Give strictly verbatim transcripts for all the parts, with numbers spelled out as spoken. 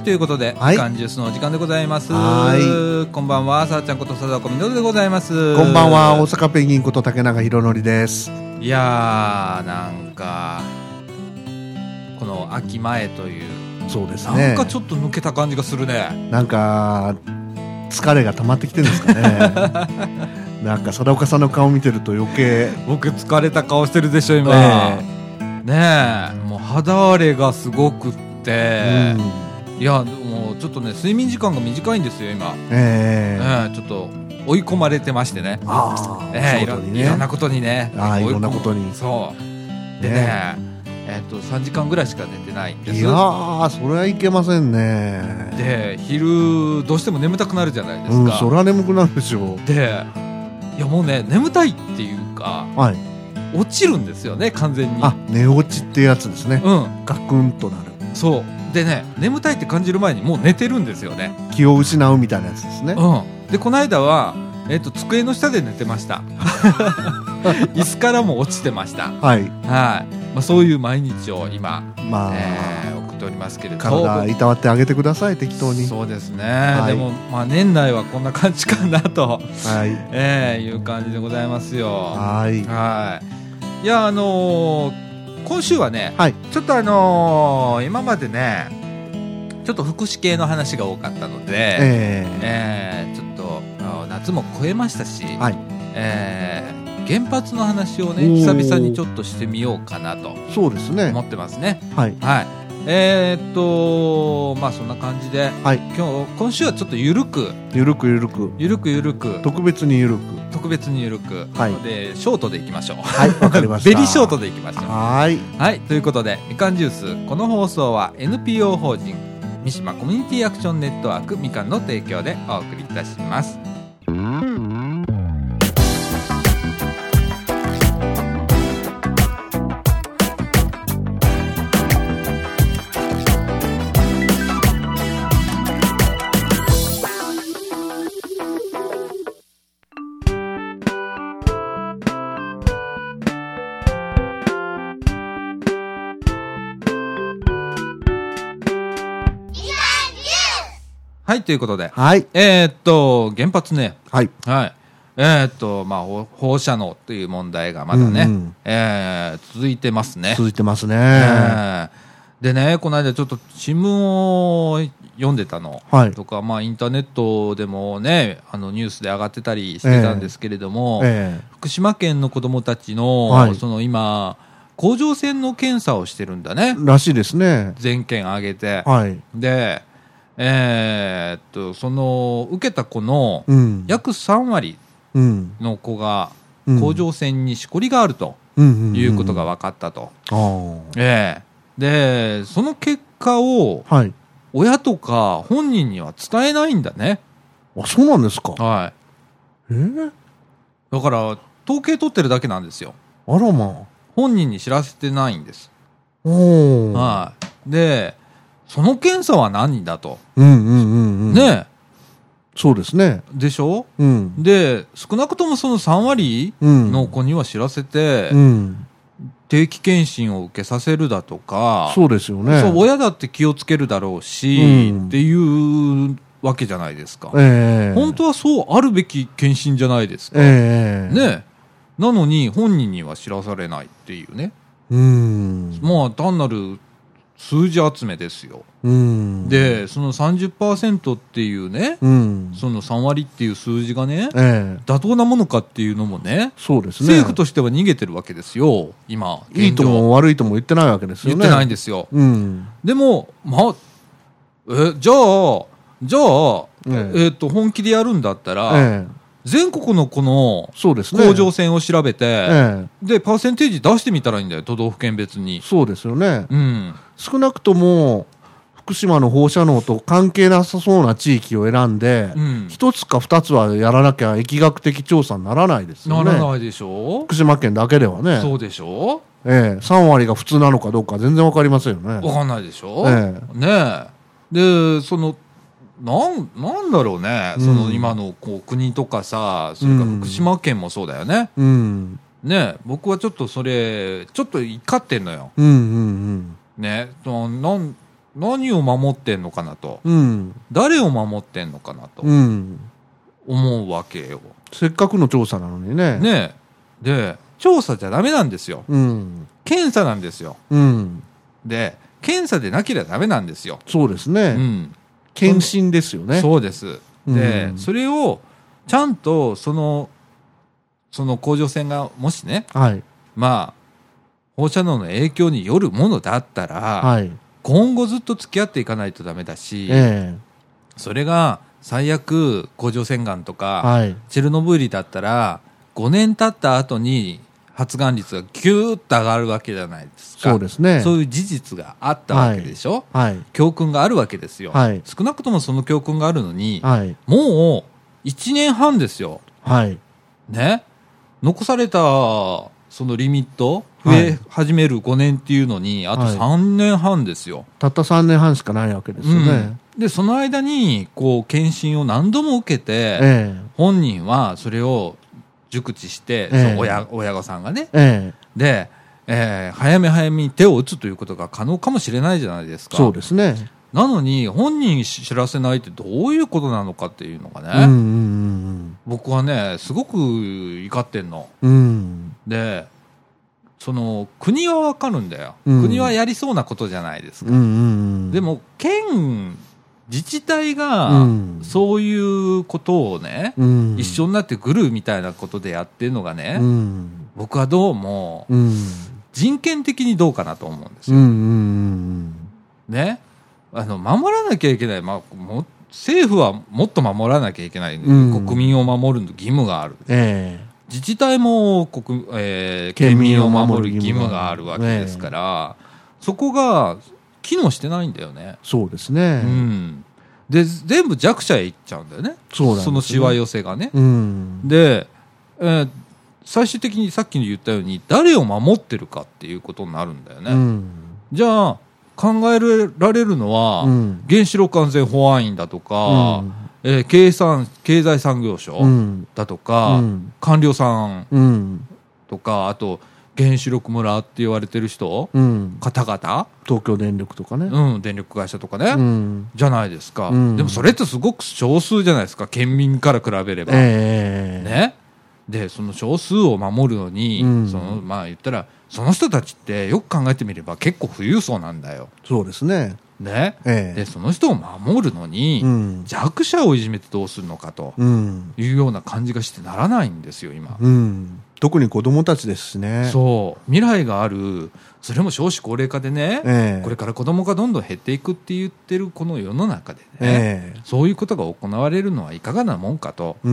ということで、 はい、 みかんジュースのお時間でございます。 はい、 こんばんは、さあちゃんこと貞子みのるでございます。 こんばんは、大阪ペンギンこと竹中宏典です。 いやー、なんかこの秋前という、 そうですね、 なんかちょっと抜けた感じがするね。 なんか疲れが溜まってきてるんですかねなんか貞岡さんの顔見てると余計僕疲れた顔してるでしょ今、えー、ねえ、もう肌荒れがすごくって、うん、いやもうちょっとね睡眠時間が短いんですよ今、えーえー、ちょっと追い込まれてましてね、 あ、 えー、いろ、ね、いろんなことにね、 あ、いろんなことに、 そうでね、ねえー、とさんじかんぐらいしか寝てないんです。 いやー、それはいけませんね。 で昼どうしても眠たくなるじゃないですか、 うん、それは眠くなるでしょう。 でいやもうね眠たいっていうか、はい、落ちるんですよね完全に。 あ、寝落ちってやつですね。うん、ガクンとなる。 そうでね、眠たいって感じる前にもう寝てるんですよね。 気を失うみたいなやつですね。 うん、でこの間は、えー、と机の下で寝てました椅子からも落ちてました。はい、はい、まあ、そういう毎日を今、まあえー、送っておりますけれども、 体いたわってあげてください、適当に。 そうですね、はい、でも、まあ、年内はこんな感じかなと、はい、えー、いう感じでございますよ。はい、はい、いや、あのー、今週はね、はい、ちょっとあのー、今までねちょっと福祉系の話が多かったので、えーえー、ちょっと夏も超えましたし、はい、えー、原発の話をね久々にちょっとしてみようかなと思ってますね。はい、はい、えー、っとまあそんな感じで、はい、今日今週はちょっとゆるくゆるくゆるくゆるくゆるく特別にゆるく特別にゆるく、はい、でショートでいきましょう。 はい、わかりました。 ベリーショートでいきましょう。 はい、 はい、ということでみかんジュース、この放送は エヌピーオー 法人三島コミュニティアクションネットワークみかんの提供でお送りいたします。はい、ということで、はい、えー、っと原発ね、はい、はい、えー、っとまあ放射能という問題がまだね、うんうん、えー、続いてますね。 続いてますね。えー、でね、この間ちょっと新聞を読んでたの、はい、とか、まあインターネットでもね、あのニュースで上がってたりしてたんですけれども、えーえー、福島県の子どもたちの、はい、その今甲状腺の検査をしてるんだね。 らしいですね。 全県挙げて、はい、で。えー、っとその受けた子の約さんわりの子が甲状腺にしこりがあるということが分かったと。えー、でその結果を親とか本人には伝えないんだね。 あ、そうなんですか。 はい、えー、だから統計取ってるだけなんですよ。 あらまあ。 本人に知らせてないんです。お、はい、でその検査は何だと、うんうんうんうん、ね、 そうですね。 でしょ、うん、で少なくともそのさんわりの子には知らせて、うん、定期検診を受けさせるだとか、 そうですよね。 そう親だって気をつけるだろうし、うん、っていうわけじゃないですか、えー、本当はそうあるべき検診じゃないですか、えー、ね、なのに本人には知らされないっていうね、うん、まあ単なる数字集めですよ。うん、でその さんじゅっパーセント っていうね、うん、そのさんわりっていう数字がね、えー、妥当なものかっていうのもね、そうですね、政府としては逃げてるわけですよ今。 いいとも悪いとも言ってないわけですよね。 言ってないんですよ、うん、でもまあえじゃあじゃあ、えーえー、と本気でやるんだったら、えー全国のこの甲状腺を調べて、ええ、でパーセンテージ出してみたらいいんだよ、都道府県別に。 そうですよね、うん、少なくとも福島の放射能と関係なさそうな地域を選んで、うん、一つか二つはやらなきゃ疫学的調査にならないですよね。 ならないでしょ、 福島県だけではね。 そうでしょ、 ええ、さんわりが普通なのかどうか全然わかりませんよね。 わかんないでしょ、ええ、ねえ、でそのなん、なんだろうね、うん、その今のこう国とかさ、それから福島県もそうだよね、うん、ね、僕はちょっとそれちょっと怒ってんのよ、うんうんうん、ね、なん何を守ってんのかなと、 うん、 誰を守ってんのかなと、うん、思うわけよ。 せっかくの調査なのにね。 ねで調査じゃダメなんですよ、うん、検査なんですよ、うん、で検査でなければダメなんですよ。 そうですね、うん、検診ですよね。 そうです。で、うん、それをちゃんとそのその甲状腺がもしね、はい、まあ放射能の影響によるものだったら、はい、今後ずっと付き合っていかないとダメだし、えー、それが最悪甲状腺がんとか、はい、チェルノブイリだったらごねん経った後に発がん率がギューッと上がるわけじゃないですか。 そうですね。 そういう事実があったわけでしょ、はいはい、教訓があるわけですよ、はい、少なくともその教訓があるのに、はい、もういちねんはんですよ、はいね、残されたそのリミット増え始めるごねんっていうのに、はい、あとさんねんはんですよ。 たったさんねんはんしかないわけですよね、 うん、でその間にこう検診を何度も受けて、ええ、本人はそれを熟知して、ええ、その 親, 親御さんがね、ええ、で、えー、早め早めに手を打つということが可能かもしれないじゃないですか。 そうですね。 なのに本人に知らせないってどういうことなのかっていうのがね、うんうんうん、僕はねすごく怒ってんの、うん、でその国は分かるんだよ、うん、国はやりそうなことじゃないですか、うんうんうん、でも県自治体がそういうことをね、うん、一緒になってグルーみたいなことでやってるのがね、うん、僕はどうも人権的にどうかなと思うんですよ、うんうんうん、ね、あの守らなきゃいけない、まあ、も政府はもっと守らなきゃいけない、うん、国民を守る義務がある、えー、自治体も国、えー、県民を守る義務があるわけですから、えー、そこが機能してないんだよね。 そうですね、うん、 で全部弱者へ行っちゃうんだよね。そうなんですね、そのしわ寄せがね、うん、で、えー、最終的にさっき言ったように誰を守ってるかっていうことになるんだよね、うん、じゃあ考えられるのは、うん、原子力安全保安院だとか、うんえー、経産経済産業省だとか、うん、官僚さんとか、あと原子力村って言われてる人、うん、方々、 東京電力とかね、 うん、電力会社とかね、うん、じゃないですか、うん、でもそれってすごく少数じゃないですか、県民から比べれば、えー、ね、でその少数を守るのに、うん、そのまあ言ったらその人たちってよく考えてみれば結構富裕層なんだよ。 そうですね。 ね、ええ、でその人を守るのに、うん、弱者をいじめてどうするのかというような感じがしてならないんですよ今、うん、 特に子供たちですしね。 そう未来がある、それも少子高齢化でね、ええ、これから子供がどんどん減っていくって言ってるこの世の中でね、ええ、そういうことが行われるのはいかがなもんかと、うん、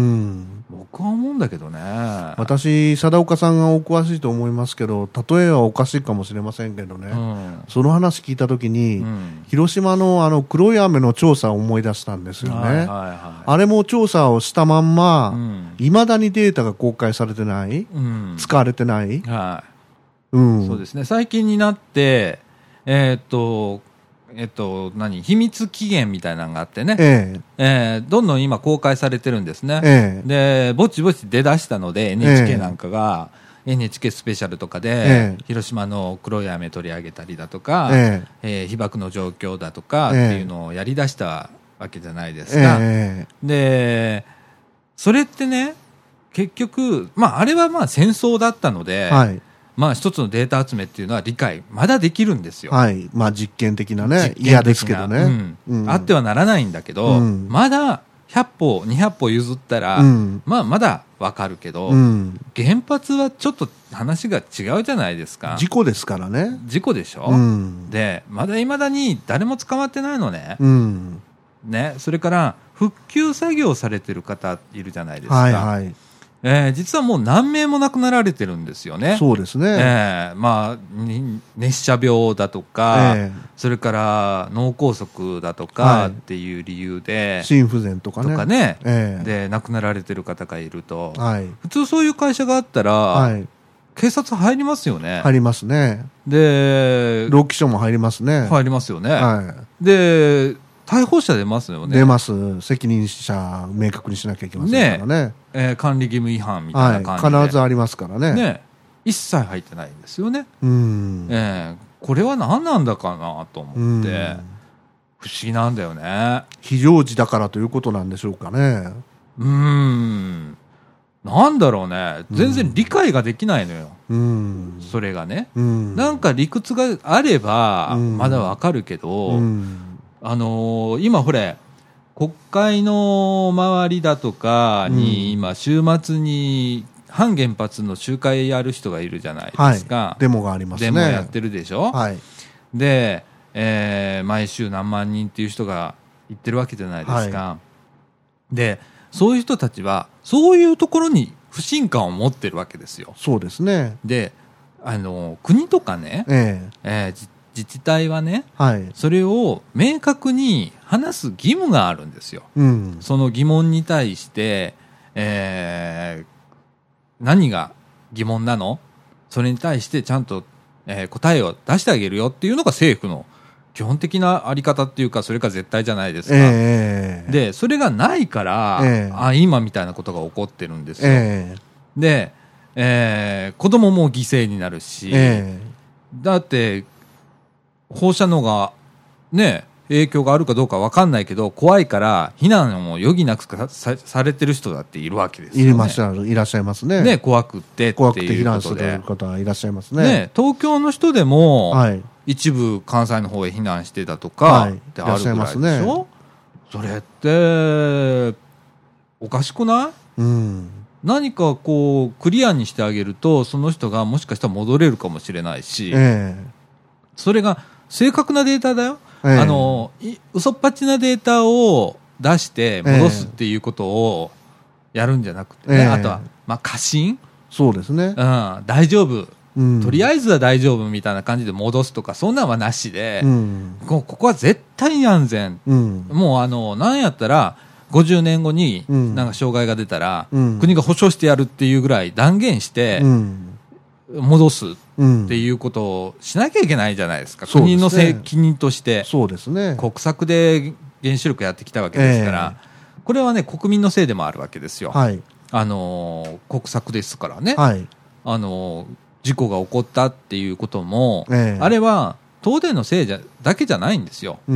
僕は思うんだけどね。 私貞岡さんがお詳しいと思いますけど、例えはおかしいかもしれませんけどね、うん、その話聞いた時に、うん、広島のあの黒い雨の調査を思い出したんですよね、はいはいはい、あれも調査をしたまんま、うん、未だにデータが公開されてない、うん、使われてない、はいうん、 そうですね、最近になって、えーっとえっと、何秘密期限みたいなのがあってね、えーえー、どんどん今公開されてるんですね、えー、でぼちぼち出だしたので エヌエイチケー なんかが、えー、エヌエイチケー スペシャルとかで、えー、広島の黒い雨取り上げたりだとか、えーえー、被爆の状況だとかっていうのをやりだしたわけじゃないですか、えー、でそれってね結局、まあ、あれはまあ戦争だったので、はいまあ、一つのデータ集めっていうのは理解まだできるんですよ、 はいまあ、実験的なね嫌ですけどね、うんうん、あってはならないんだけど、うん、まだひゃっぽにひゃっぽ譲ったら、うん、まあ、まだわかるけど、うん、原発はちょっと話が違うじゃないですか。 事故ですからね。 事故でしょ、うん、でまだいまだに誰も捕まってないのね、うんね、それから復旧作業されてる方いるじゃないですか、はいはいえー、実はもう何名も亡くなられてるんですよね。 そうですね、 えーまあ、熱射病だとか、えー、それから脳梗塞だとかっていう理由で、 はい、心不全とかね、とかね、 えー、で亡くなられてる方がいると、はい、普通そういう会社があったら、はい、警察入りますよね。 入りますね。 で労基署も入りますね。 入りますよね、はい、で逮捕者出ますよね。 出ます。責任者明確にしなきゃいけませんからね。ねえー、管理義務違反みたいな感じで、 はい、必ずありますからね。 ね一切入ってないんですよね。うん、えー、これは何なんだかなと思って、 不思議なんだよね。 非常時だからということなんでしょうかね。 うーん。なんだろうね。全然理解ができないのよ。うん、それがね、うん。なんか理屈があれば、まだわかるけど、うん、あのー、今ほれ、国会の周りだとかに、今、週末に反原発の集会やる人がいるじゃないですか。 はい、デモがありますね。 デモやってるでしょ。はい、で、えー、毎週何万人っていう人が言ってるわけじゃないですか。はい、で、そういう人たちはそういうところに不信感を持ってるわけですよ。 そうですね。 で、あの国とかね、えええー、自治体はね、はい、それを明確に話す義務があるんですよ。うん、その疑問に対して、えー、何が疑問なの？それに対してちゃんと、えー、答えを出してあげるよっていうのが政府の基本的なあり方っていうか、それが絶対じゃないですか。えー、で、それがないから、えー、あ、今みたいなことが起こってるんですよ。えー、で、えー、子供も犠牲になるし、えー、だって、放射能がね、影響があるかどうか分かんないけど、怖いから避難を余儀なく さ, されてる人だっているわけですよね。 いらっしゃる、いらっしゃいますね。 ね、怖くってっていうことで。 怖くて避難する方はいらっしゃいますね。 ね、東京の人でも、はい、一部関西の方へ避難してたとかってあるぐらいでしょ、はいね、それっておかしくない？うん、何かこうクリアにしてあげるとその人がもしかしたら戻れるかもしれないし、えー、それが正確なデータだよ、えー、あの嘘っぱちなデータを出して戻すっていうことをやるんじゃなくてね、えー、あとは、まあ、過信、 そうですね、 うん、大丈夫、うん、とりあえずは大丈夫みたいな感じで戻すとかそんなんはなしで、うん、こ, ここは絶対に安全、うん、もうあのなんやったらごじゅうねんごになんか障害が出たら、うん、国が保証してやるっていうぐらい断言して戻すっていうことをしなきゃいけないじゃないですか、うん、国の責任としてそうですね、 国策で原子力やってきたわけですから、えー、これはね国民のせいでもあるわけですよ、はい、あの国策ですからね、はい、あの事故が起こったっていうことも、えー、あれは東電のせいじゃだけじゃないんですよ、うん、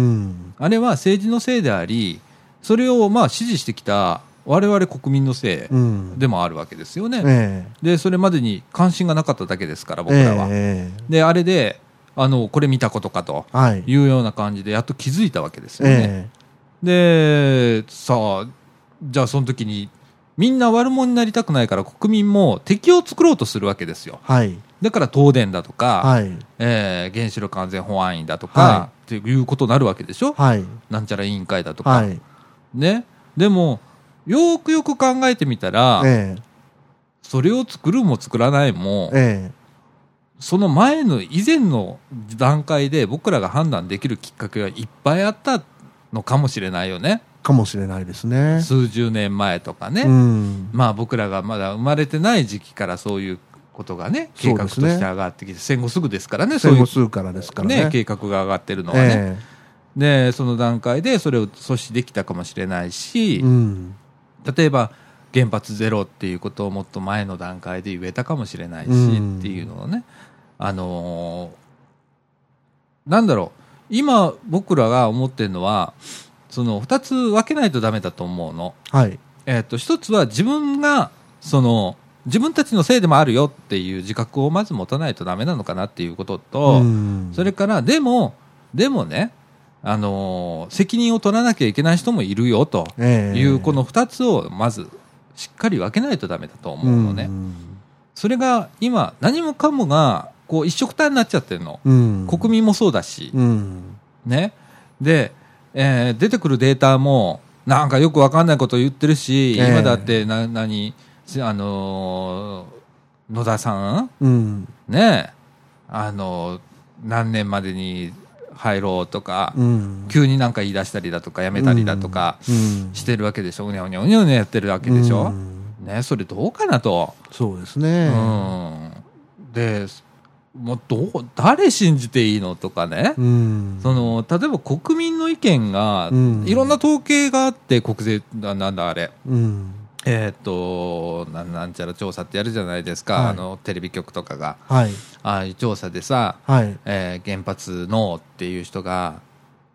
あれは政治のせいでありそれをまあ支持してきた我々国民のせいでもあるわけですよね、うんえー、でそれまでに関心がなかっただけですから僕らは、えー、であれであのこれ見たことかというような感じでやっと気づいたわけですよね、えー、でさあじゃあその時にみんな悪者になりたくないから国民も敵を作ろうとするわけですよ、はい、だから東電だとか、はいえー、原子力安全保安院だとか、はい、っていうことになるわけでしょ、はい、なんちゃら委員会だとか、はいね、でもよくよく考えてみたら、ええ、それを作るも作らないも、ええ、その前の以前の段階で僕らが判断できるきっかけがいっぱいあったのかもしれないよね。 かもしれないですね。 数十年前とかね、うん、まあ僕らがまだ生まれてない時期からそういうことがね計画として上がってきて、ね、戦後すぐですからね、 戦後すぐからですからね、 ね計画が上がってるのはね、ええでその段階でそれを阻止できたかもしれないし、うん、例えば原発ゼロっていうことをもっと前の段階で言えたかもしれないし、うん、っていうのをね、あのー、なんだろう今僕らが思ってるのはそのふたつ分けないとダメだと思うの、はいえー、とひとつは自分がその自分たちのせいでもあるよっていう自覚をまず持たないとダメなのかなっていうことと、うん、それからでもでもねあのー、責任を取らなきゃいけない人もいるよという、えー、このふたつをまずしっかり分けないとダメだと思うのね、うん、それが今何もかもがこう一緒くたになっちゃってるの、うん、国民もそうだし、うんね、で、えー、出てくるデータもなんかよく分かんないことを言ってるし、えー、今だってな何、あのー、野田さん、うん、ねあのー、何年までに入ろうとか、うん、急になんか言い出したりだとかやめたりだとかしてるわけでしょ、うん、うにゃうにゃうにゃうにゃやってるわけでしょ、うんね、それどうかなと。 そうですね、 うん、でもうどう誰信じていいのとかね、うん、その例えば国民の意見が、うん、いろんな統計があって国税な、なんだあれ、うんえー、っと な, なんちゃら調査ってやるじゃないですか、はい、あのテレビ局とかが、はい、ああいう調査でさ、はいえー、原発ノーっていう人が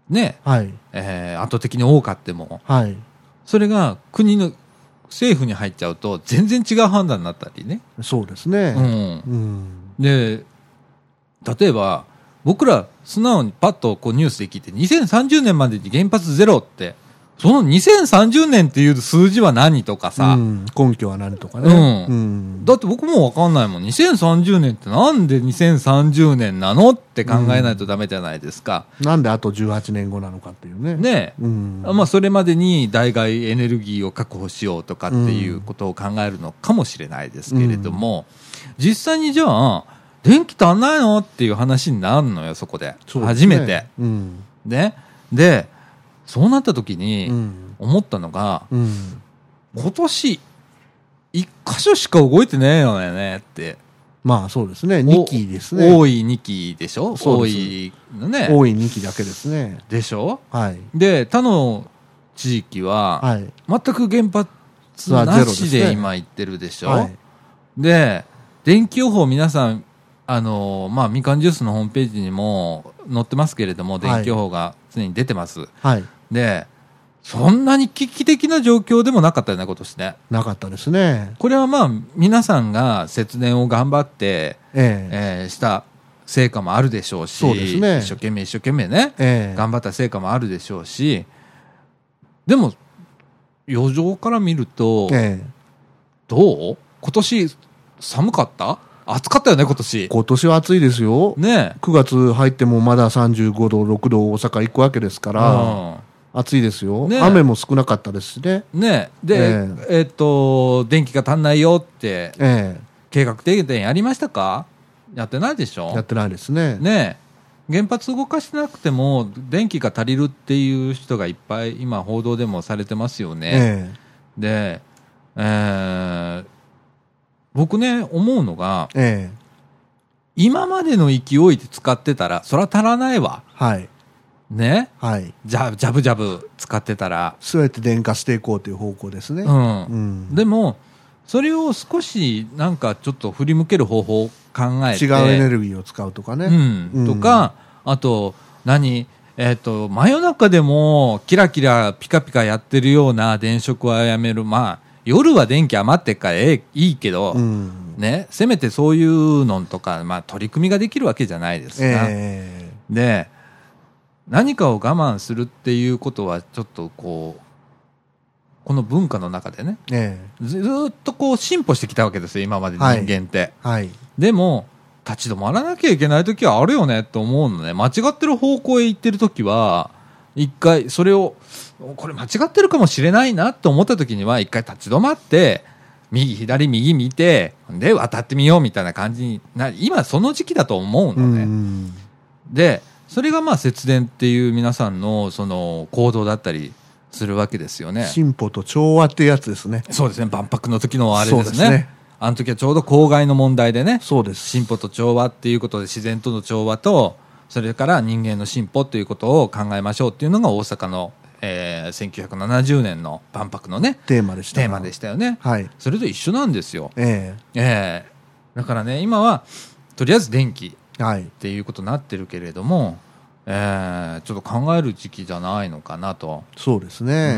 ね、はい、えー、圧倒的に多かっても、はい、それが国の政府に入っちゃうと全然違う判断になったりね。 そうですね。うん。 うん、で、例えば僕ら素直にパッとこうニュースで聞いてにせんさんじゅうねんまでに原発ゼロって、そのにせんさんじゅうねんっていう数字は何とかさ、うん、 根拠は何とかね、 うんうん、だって僕も分かんないもん。にせんさんじゅうねんってなんでにせんさんじゅうねんなのって考えないとダメじゃないですか、 うん、なんであとじゅうはちねんごなのかっていうね。 ね、うん、まあ、それまでに代替エネルギーを確保しようとかっていうことを考えるのかもしれないですけれども、うん、実際にじゃあ電気足んないのっていう話になるのよ、そこで。そうですね、初めて、うん、ね。でそうなった時に思ったのが、うんうん、今年一箇所しか動いてねえよねって。 まあそうですね、にきですね。 多いにきでしょ。多いのね。 多いにきだけですね。 でしょ。はい。で他の地域は、はい、全く原発なしで今言ってるでしょ。はい、で電気予報皆さんあのまあみかんジュースのホームページにも載ってますけれども、電気予報が常に出てます。はい。でそんなに危機的な状況でもなかったよね、今年ね。 なかったですね。 これはまあ皆さんが節電を頑張って、えええー、した成果もあるでしょうし、そうですね、一生懸命一生懸命ね、えー、頑張った成果もあるでしょうし、でも余剰から見ると、えー、どう？今年寒かった？暑かったよね、今年。 今年は暑いですよ。ね。くがつ入ってもまださんじゅうごど、ろくど大阪行くわけですから。うん暑いですよ、ね、雨も少なかったですしね。 ねで、えーえー、っと電気が足んないよって、えー、計画停電やりましたか？やってないでしょ。 やってないですね。 ね原発動かしてなくても電気が足りるっていう人がいっぱい今報道でもされてますよね。えー、で、えー、僕ね思うのが、えー、今までの勢いで使ってたらそりゃ足らないわ。はいね、はい、ジャブジャブジャブ使ってたらそうやって電化していこうという方向ですね、 うんうん、でもそれを少しなんかちょっと振り向ける方法を考えて違うエネルギーを使うとかね、 うんうん、とかあと何えーと真夜中でもキラキラピカピカやってるような電飾はやめる。まあ夜は電気余ってっからええいいけど、うんね、せめてそういうのとか、まあ、取り組みができるわけじゃないですか、えー、で何かを我慢するっていうことはちょっとこうこの文化の中でね、ええ、ずっとこう進歩してきたわけですよ今まで人間って、はいはい、でも立ち止まらなきゃいけない時はあるよねと思うのね。間違ってる方向へ行ってる時は一回それをこれ間違ってるかもしれないなと思った時には一回立ち止まって右左右見てで渡ってみようみたいな感じにな今その時期だと思うのね。うんでそれがまあ節電っていう皆さんのその行動だったりするわけですよね。 進歩と調和ってやつですね。 そうですね。万博の時のあれですね。そうですね。あの時はちょうど公害の問題でね。 そうです。 進歩と調和っていうことで自然との調和とそれから人間の進歩ということを考えましょうっていうのが大阪の、えー、せんきゅうひゃくななじゅうねんの万博のねテーマでした。 テーマでしたよね。はい。それと一緒なんですよ。ええー、えー、だからね今はとりあえず電気っていうことになってるけれども、えー、ちょっと考える時期じゃないのかなと。 そうですね、 うん、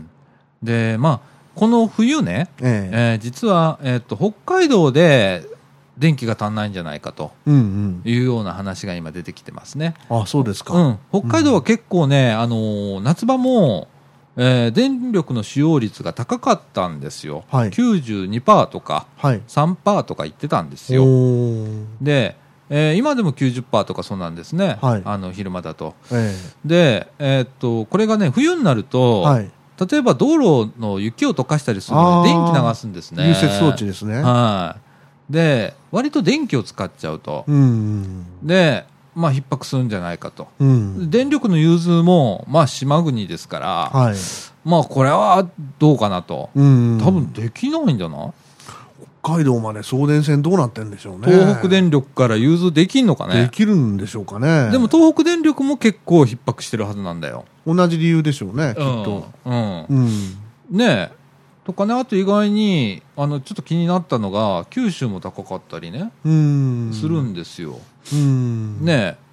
でまあこの冬ね、えーえー、実は、えー、と北海道で電気が足んないんじゃないかというような話が今出てきてますね、 うんうん、あそうですか、 うん、北海道は結構ね、うんあのー、夏場も、えー、電力の使用率が高かったんですよ、はい、きゅうじゅうにパーセント とか、はい、さんパーセント とか言ってたんですよ。でえー、今でも きゅうじゅっパーセント とかそうなんですね、はい、あの昼間だと、えー、で、えー、っとこれがね冬になると、はい、例えば道路の雪を溶かしたりするので電気流すんですね。 融雪装置ですね。 はい。で割と電気を使っちゃうと、うんうん、でまあ逼迫するんじゃないかと、うん、電力の融通もまあ島国ですから、はい、まあこれはどうかなと、うんうん、多分できないんじゃない？ 北海道まで送電線どうなってんでしょうね。 東北電力から融通できんのかね。 できるんでしょうかね。 でも東北電力も結構逼迫してるはずなんだよ。 同じ理由でしょうね、きっと、 うんうん、ねえとかね。あと意外にあのちょっと気になったのが九州も高かったりねうんするんですよ。うんね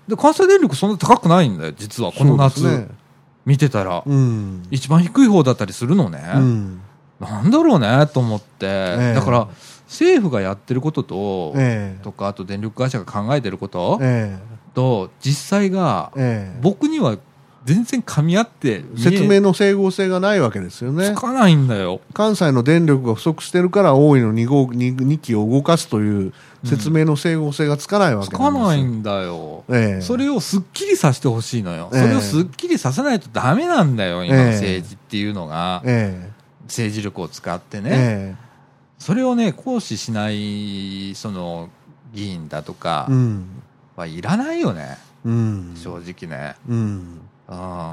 で関西電力そんな高くないんだよ実はこの夏、ね、見てたら、うん、一番低い方だったりするのね、うん、なんだろうねと思って、えー、だから政府がやってることと、えー、とかあと電力会社が考えてること、えー、と実際が、えー、僕には全然噛み合って説明の整合性がないわけですよね。 つかないんだよ。 関西の電力が不足してるから大井の 2, 号 2, 2機を動かすという説明の整合性がつかないわけなんですよ、うん、 つかないんだよ、ええ、それをすっきりさせてほしいのよ、ええ、それをすっきりさせないとダメなんだよ今の政治っていうのが、ええ、政治力を使ってね、ええ、それをね行使しないその議員だとかはいらないよね、うん、正直ね、うんうん、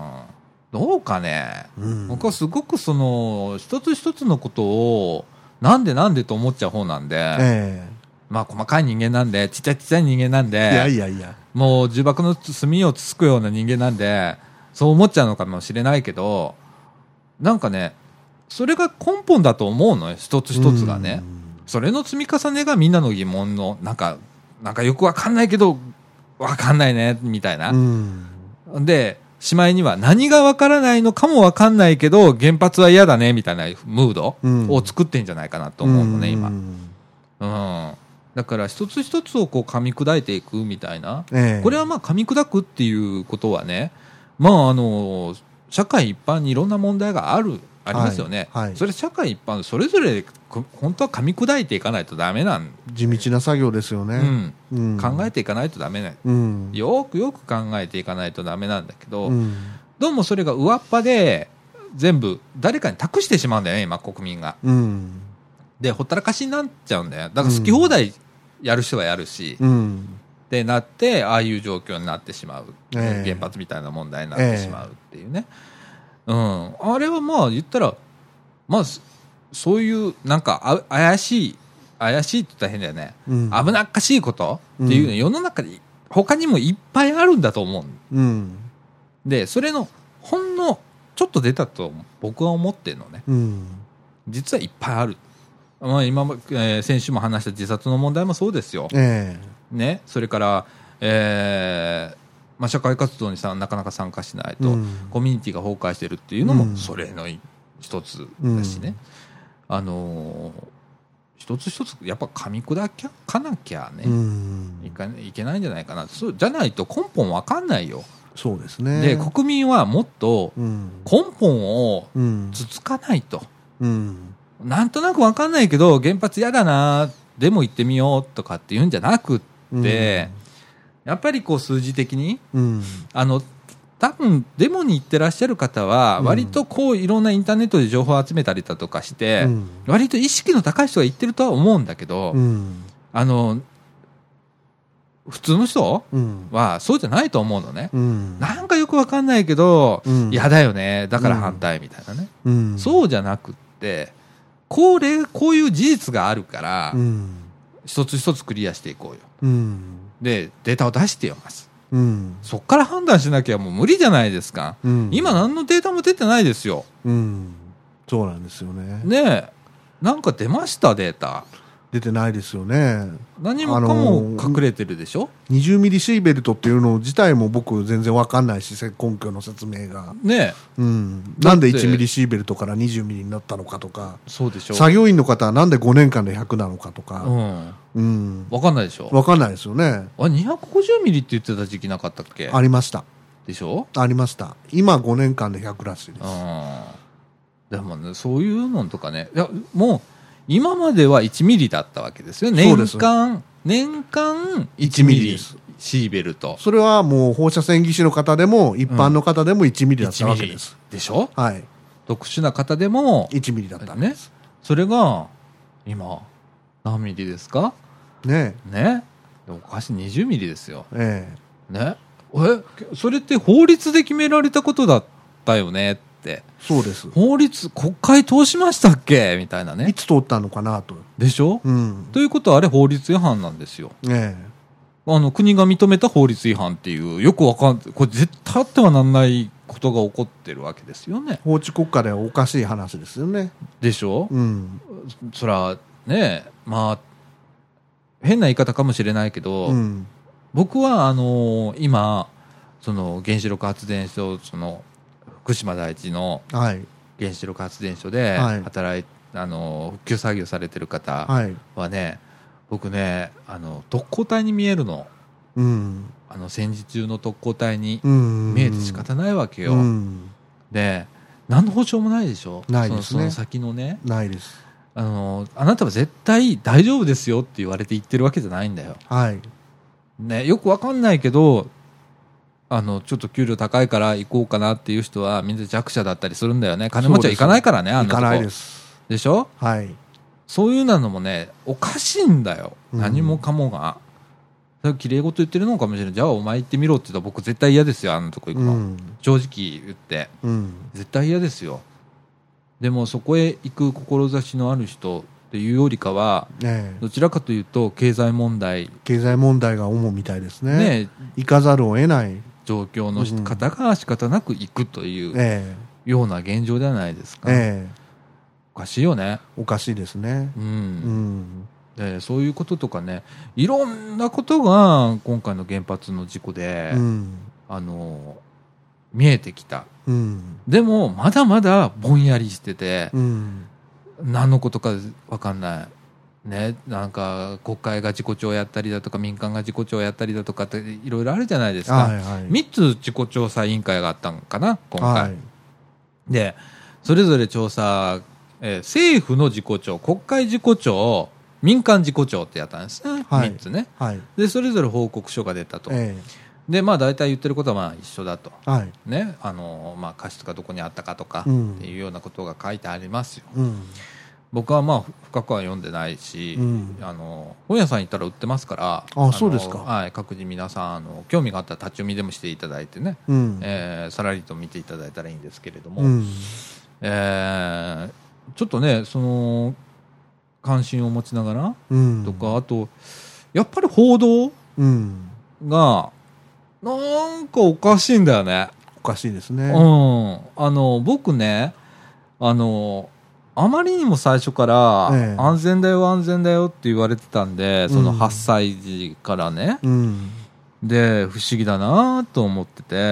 どうかね、うん、僕はすごくその一つ一つのことをなんでなんでと思っちゃう方なんで、えー、まあ細かい人間なんでちっちゃいちっちゃい人間なんで、いやいやいやもう重箱の隅をつつくような人間なんでそう思っちゃうのかもしれないけどなんかねそれが根本だと思うのよ一つ一つがね、うん、それの積み重ねがみんなの疑問のなんかなんかよくわかんないけどわかんないねみたいな、うん、でしまいには何がわからないのかもわかんないけど原発は嫌だねみたいなムードを作ってんじゃないかなと思うのね、うん、今、うん、だから一つ一つをこう噛み砕いていくみたいな、えー、これはまあ噛み砕くっていうことはねまああの社会一般にいろんな問題があるありますよね、はいはい、それ社会一般それぞれ本当は噛み砕いていかないとダメなん地道な作業ですよね、うんうん、考えていかないとダメな、うん、よくよく考えていかないとダメなんだけど、うん、どうもそれが上っ端で全部誰かに託してしまうんだよね今国民が、うん、でほったらかしになっちゃうんだよだから好き放題やる人はやるし、うん、ってなってああいう状況になってしまう、えー、原発みたいな問題になってしまうっていうね、えーうん、あれはまあ言ったらまあそういうなんかあ怪しい怪しいって言ったら変だよね、うん、危なっかしいことっていうの、うん、世の中に他にもいっぱいあるんだと思う、うん、でそれのほんのちょっと出たと僕は思ってるのね、うん、実はいっぱいある、まあ、今、えー、先週も話した自殺の問題もそうですよ、えーね、それから、えーまあ、社会活動にさなかなか参加しないと、うん、コミュニティが崩壊してるっていうのもそれの一つだしね、うん、あのー、一つ一つやっぱ噛み砕かなきゃね、うん、いかいけないんじゃないかな。そうじゃないと根本わかんないよ。 そうですね。 で国民はもっと根本をつつかないと、うんうん、なんとなくわかんないけど原発嫌だなでも行ってみようとかっていうんじゃなくって、うん、やっぱりこう数字的に、うん、あの多分デモに行ってらっしゃる方は割とこういろんなインターネットで情報を集めたりだとかして、うん、割と意識の高い人が行ってるとは思うんだけど、うん、あの普通の人はそうじゃないと思うのね、うん、なんかよくわかんないけど嫌、うん、だよねだから反対みたいなね、うん、そうじゃなくってこれこういう事実があるから、うん、一つ一つクリアしていこうよ、うん、でデータを出してよます、うん、そっから判断しなきゃもう無理じゃないですか、うん、今何のデータも出てないですよ、 うん、そうなんですよね。 ねえなんか出ましたデータ出てないですよね。 何もかも隠れてるでしょ。 にじゅうミリシーベルトっていうの自体も僕全然わかんないし根拠の説明がね、うん、なんでいちミリシーベルトからにじゅうミリになったのかとか。 そうでしょ。 作業員の方はなんでごねんかんでひゃくなのかとか、 うんうん、わかんないでしょ。 わかんないですよね。 あにひゃくごじゅうミリって言ってた時期なかったっけ。 ありましたでしょ。 ありました。今ごねんかんでひゃくらしいです。 あでもねそういうのとかねいやもう今まではいちミリだったわけですよ。年間年間いちミリシーベルト。 それはもう放射線技師の方でも一般の方でもいちミリだったわけです、 うん、でしょ。 はい。 特殊な方でもいちミリだったんです、ね、 それが今何ミリですかねえねえおかしいにじゅうミリですよ、ええねえそれって法律で決められたことだったよね。 そうです。 法律国会通しましたっけみたいなね。 いつ通ったのかなと。 でしょ、うん、ということはあれ法律違反なんですよ、ええ、あの国が認めた法律違反っていうよくわかんこれ絶対あってはなんないことが起こってるわけですよね。 法治国家ではおかしい話ですよね。 でしょ、うん、そらねまあ変な言い方かもしれないけど、うん、 僕はあのー、今その原子力発電所、その福島第一の原子力発電所で働い、はい、あの復旧作業されてる方はね、はい、僕ね、あの特攻隊に見えるの、うん、あの戦時中の特攻隊に見えて仕方ないわけよ、うん、で何の保証もないでしょ。 ないですね。 その、その先のね、 ないです。 あのあなたは絶対大丈夫ですよって言われて言ってるわけじゃないんだよ、 はいね、よくわかんないけど、あのちょっと給料高いから行こうかなっていう人はみんな弱者だったりするんだよね。金持ちは行かないからね、あんなとこ。 行かないですでしょ。 はい。 そういうのもね、おかしいんだよ、うん、何もかもが。きれい事言ってるのかもしれない。じゃあお前行ってみろって言ったら僕絶対嫌ですよ、あんなとこ行くの、うん、正直言って、うん、絶対嫌ですよ。でもそこへ行く志のある人っていうよりかは、ね、どちらかというと経済問題経済問題が主みたいですね。ね、行かざるを得ない状況の方が仕方なく行くというような現状ではないですか、ええ、おかしいよね。 おかしいですね、うんうんでそういうこととかね、いろんなことが今回の原発の事故で、うん、あの見えてきた、うん、でもまだまだぼんやりしてて、うん、何のことか分かんないね。なんか国会が事故調やったりだとか民間が事故調やったりだとかっていろいろあるじゃないですか、はいはい、みっつ事故調査委員会があったんかな今回、はい、でそれぞれ調査、えー、政府の事故調、国会事故調、民間事故調ってやったんですね、はい、みっつね、はい、でそれぞれ報告書が出たと、えー、でまあ大体言ってることはまあ一緒だと、はいね、あのまあ、過失がどこにあったかとかっていうようなことが書いてありますよ、うん、僕はまあ深くは読んでないし、うん、あの本屋さん行ったら売ってますから、 ああそうですか、 はい、各自皆さんあの興味があったら立ち読みでもしていただいてね、うんえー、さらりと見ていただいたらいいんですけれども、うんえー、ちょっとねその関心を持ちながら、うん、とかあとやっぱり報道がなんかおかしいんだよね。 おかしいですね、 うん、あの僕ねあのあまりにも最初から、ええ、安全だよ安全だよって言われてたんで、そのはっさい児からね、うん、で不思議だなと思ってて、うん、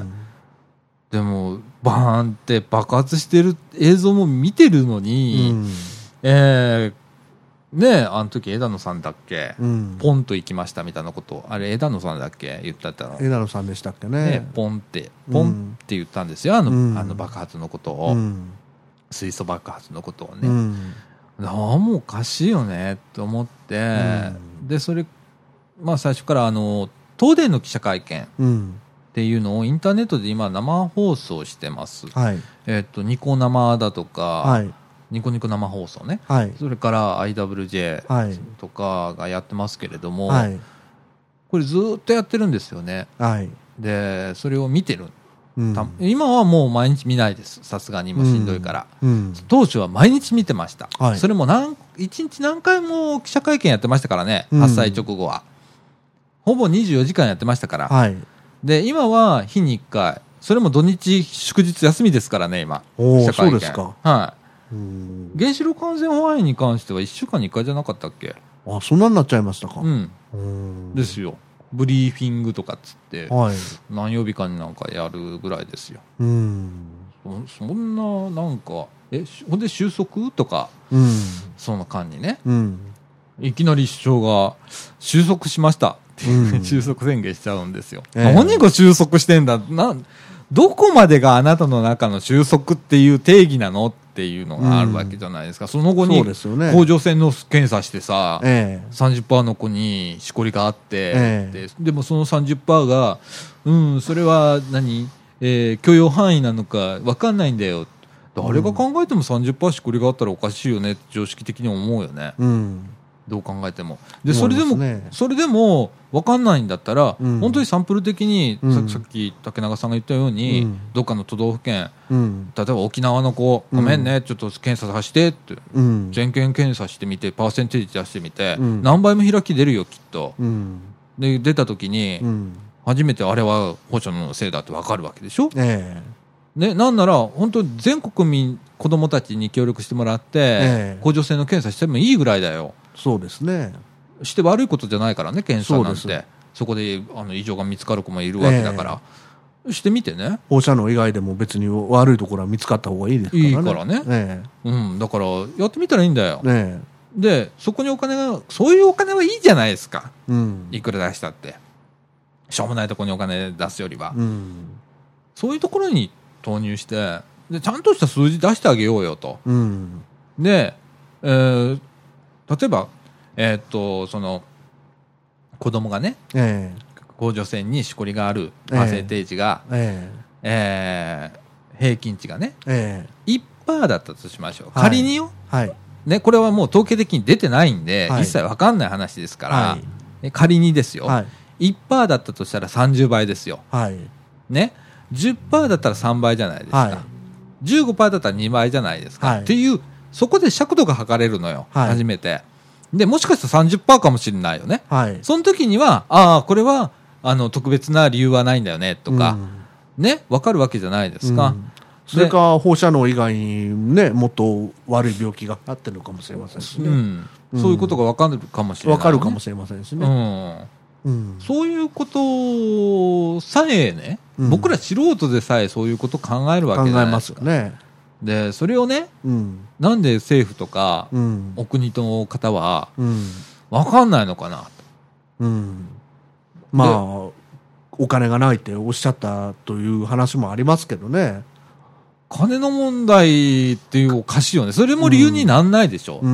でもバーンって爆発してる映像も見てるのに、うん、えーねえあの時枝野さんだっけ、うん、ポンと行きましたみたいなこと、あれ枝野さんだっけ言ったったの、 枝野さんでしたっけ ね, ねポンってポンって言ったんですよ、あの、うん、あの爆発のことを、うん、水素爆発のことをね、うん、ああもうおかしいよねと思って、うん、でそれまあ最初からあの東電の記者会見っていうのをインターネットで今生放送してます、はい、えっとニコ生だとか、はいニコニコ生放送ね、はい、それから アイダブリュージェー とかがやってますけれども、はい、これずっとやってるんですよね、はい、でそれを見てる、うん、今はもう毎日見ないです、さすがにもしんどいから、うんうん、当初は毎日見てました、はい、それも何いちにち何回も記者会見やってましたからね、うん、はっさい直後はほぼにじゅうよじかんやってましたから、はい、で今は日にいっかい、それも土日祝日休みですからね今記者会見。そうですか、 はいうん原子力安全保安院に関してはいっしゅうかんにいっかいじゃなかったっけ。 あそんなになっちゃいましたか。 うんうんですよ。ブリーフィングとかっつって、はい、何曜日かになんかやるぐらいですよ。うんそ, そんななんかえほんで収束とか、うん、その間にね、うん、いきなり首相が収束しましたって、うん、収束宣言しちゃうんですよ、えー、何が収束してんだな、どこまでがあなたの中の収束っていう定義なのっていうのがあるわけじゃないですか、うん、その後に甲状腺の検査してさ、ええ、さんじゅっパーセント の子にしこりがあって、ええ、で, でもその さんじゅっパーセント がうんそれは何、えー、許容範囲なのか分かんないんだよ、誰が考えても さんじゅっパーセント しこりがあったらおかしいよねって常識的に思うよね、うんどう考えてもでそれでも、ね、それでも分かんないんだったら、うん、本当にサンプル的に、うん、さ, さっき竹中さんが言ったように、うん、どっかの都道府県、うん、例えば沖縄の子、うん、ごめんねちょっと検査させてって、うん、全県検査してみてパーセンテージ出してみて、うん、何倍も開き出るよきっと、うん、で出た時に、うん、初めてあれは保証のせいだって分かるわけでしょ、えーね、なんなら本当全国民子どもたちに協力してもらって、えー、甲状腺の検査してもいいぐらいだよ。 そうですね。 して悪いことじゃないからね検査なんて、 そこであの異常が見つかる子もいるわけだから、えー、してみてね。 放射能以外でも別に悪いところは見つかった方がいいですからね。 いいからね、えーうん、だからやってみたらいいんだよ、えー、でそこにお金が、そういうお金はいいじゃないですか、うん、いくら出したってしょうもないところにお金出すよりは、うん、そういうところに投入してでちゃんとした数字出してあげようよと、うん、で、えー、例えば、えー、っとその子供がね、えー、甲状腺にしこりがある慢性定値が、えーえー、平均値がね、えー、いちパーセント だったとしましょう、はい、仮によ、はいね、これはもう統計的に出てないんで、はい、一切分かんない話ですから、はい、仮にですよ、はい、いちパーセント だったとしたらさんじゅうばいですよ、はいね、じゅっパーセント だったらさんばいじゃないですか、はい、じゅうごパーセント だったらにばいじゃないですか、はい、っていうそこで尺度が測れるのよ、はい、初めてでもしかしたら さんじゅっパーセント かもしれないよね、はい、その時にはああこれはあの特別な理由はないんだよねとか、うん、ね分かるわけじゃないですか、うん、 それか放射能以外にねもっと悪い病気があってるのかもしれませんしね、うんうん、そういうことが分かるかもしれない、ね、 分かるかもしれませんしね、 うんうん、そういうことさえね、うん、僕ら素人でさえそういうこと考えるわけじゃないですか。 考えますよね。 でそれをね、うん、なんで政府とか、うん、お国の方は、うん、分かんないのかなと、うん、 まあお金がないっておっしゃったという話もありますけどね。 金の問題っていうおかしいよね。それも理由になんないでしょ、うん、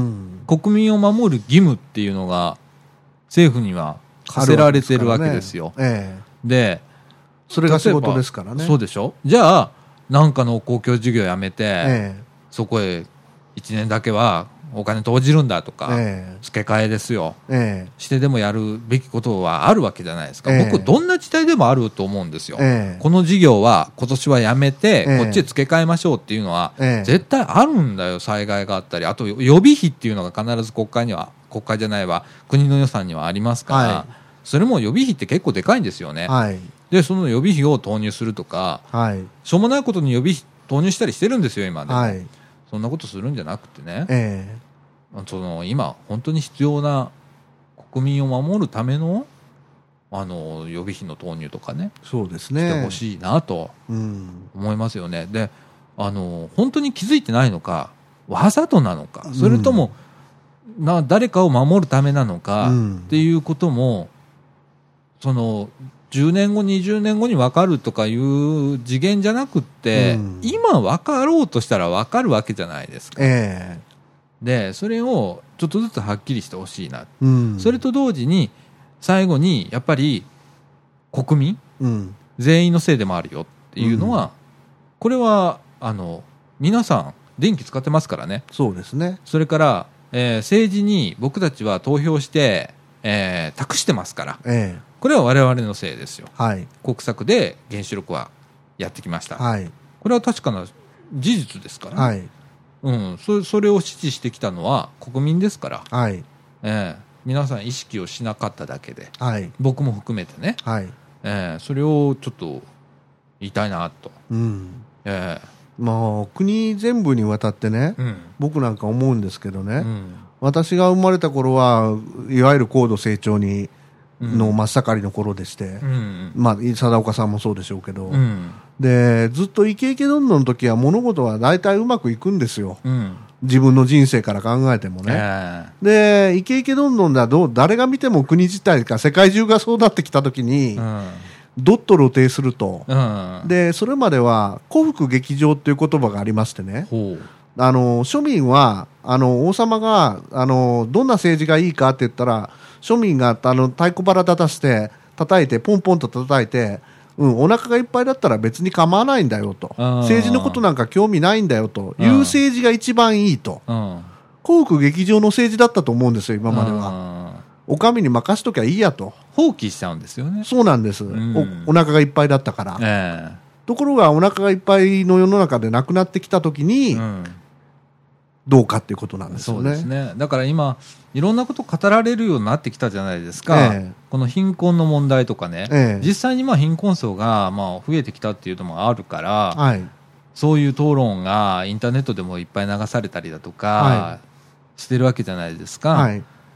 国民を守る義務っていうのが政府には課せられてるわけですよ、ねええ、でそれが仕事ですからね。 そうでしょ。じゃあなんかの公共事業やめて、ええ、そこへいちねんだけはお金投じるんだとか、ええ、付け替えですよ、ええ、してでもやるべきことはあるわけじゃないですか、ええ、僕どんな時代でもあると思うんですよ、ええ、この事業は今年はやめて、ええ、こっちへ付け替えましょうっていうのは、ええ、絶対あるんだよ。災害があったり、あと予備費っていうのが必ず国会には国会じゃないわ国の予算にはありますから、はい、それも予備費って結構でかいんですよね、はい、でその予備費を投入するとか、はい、しょうもないことに予備費投入したりしてるんですよ今でも、はい、そんなことするんじゃなくてね、えー、その今本当に必要な国民を守るためのあの予備費の投入とかね、 そうですね、 してほしいなと思いますよね、うん、であの本当に気づいてないのかわざとなのか、それとも、うん、な誰かを守るためなのか、うん、っていうこともそのじゅうねんごにじゅうねんごに分かるとかいう次元じゃなくって、うん、今分かろうとしたら分かるわけじゃないですか、えー、でそれをちょっとずつはっきりしてほしいな、うん、それと同時に最後にやっぱり国民、うん、全員のせいでもあるよっていうのは、うん、これはあの皆さん電気使ってますからね。 そうですね。 それから、えー、政治に僕たちは投票して、えー、託してますから、えーこれは我々のせいですよ、はい、国策で原子力はやってきました、はい、これは確かな事実ですから、ね、はいうん、そ, それを支持してきたのは国民ですから、はいえー、皆さん意識をしなかっただけで、はい、僕も含めてね、はいえー、それをちょっと言いたいなと、うんえーまあ、国全部にわたってね、うん、僕なんか思うんですけどね、うん、私が生まれた頃はいわゆる高度成長にの真っ盛りの頃でして、うん、まあ貞岡さんもそうでしょうけど、うん、でずっとイケイケどんどんの時は物事は大体うまくいくんですよ、うん、自分の人生から考えてもね、えー、でイケイケどんどんだどう誰が見ても国自体か世界中がそうなってきた時に、うん、どっと露呈すると、うん、でそれまでは古福劇場っていう言葉がありましてね、あの庶民はあの王様があのどんな政治がいいかって言ったら庶民があの太鼓腹立たせて叩いてポンポンと叩いて、うん、お腹がいっぱいだったら別に構わないんだよと、政治のことなんか興味ないんだよという政治が一番いいと、皇福劇場の政治だったと思うんですよ今までは。お上に任しときゃいいやと放棄しちゃうんですよね。 そうなんです、うん、お, お腹がいっぱいだったから、えー、ところがお腹がいっぱいの世の中でなくなってきたときに、うんどうかっていうことなんですよね。 そうですね。だから今いろんなこと語られるようになってきたじゃないですか、ええ、この貧困の問題とかね、ええ、実際にまあ貧困層がまあ増えてきたっていうのもあるから、はい、そういう討論がインターネットでもいっぱい流されたりだとか、はい、してるわけじゃないですか、はい、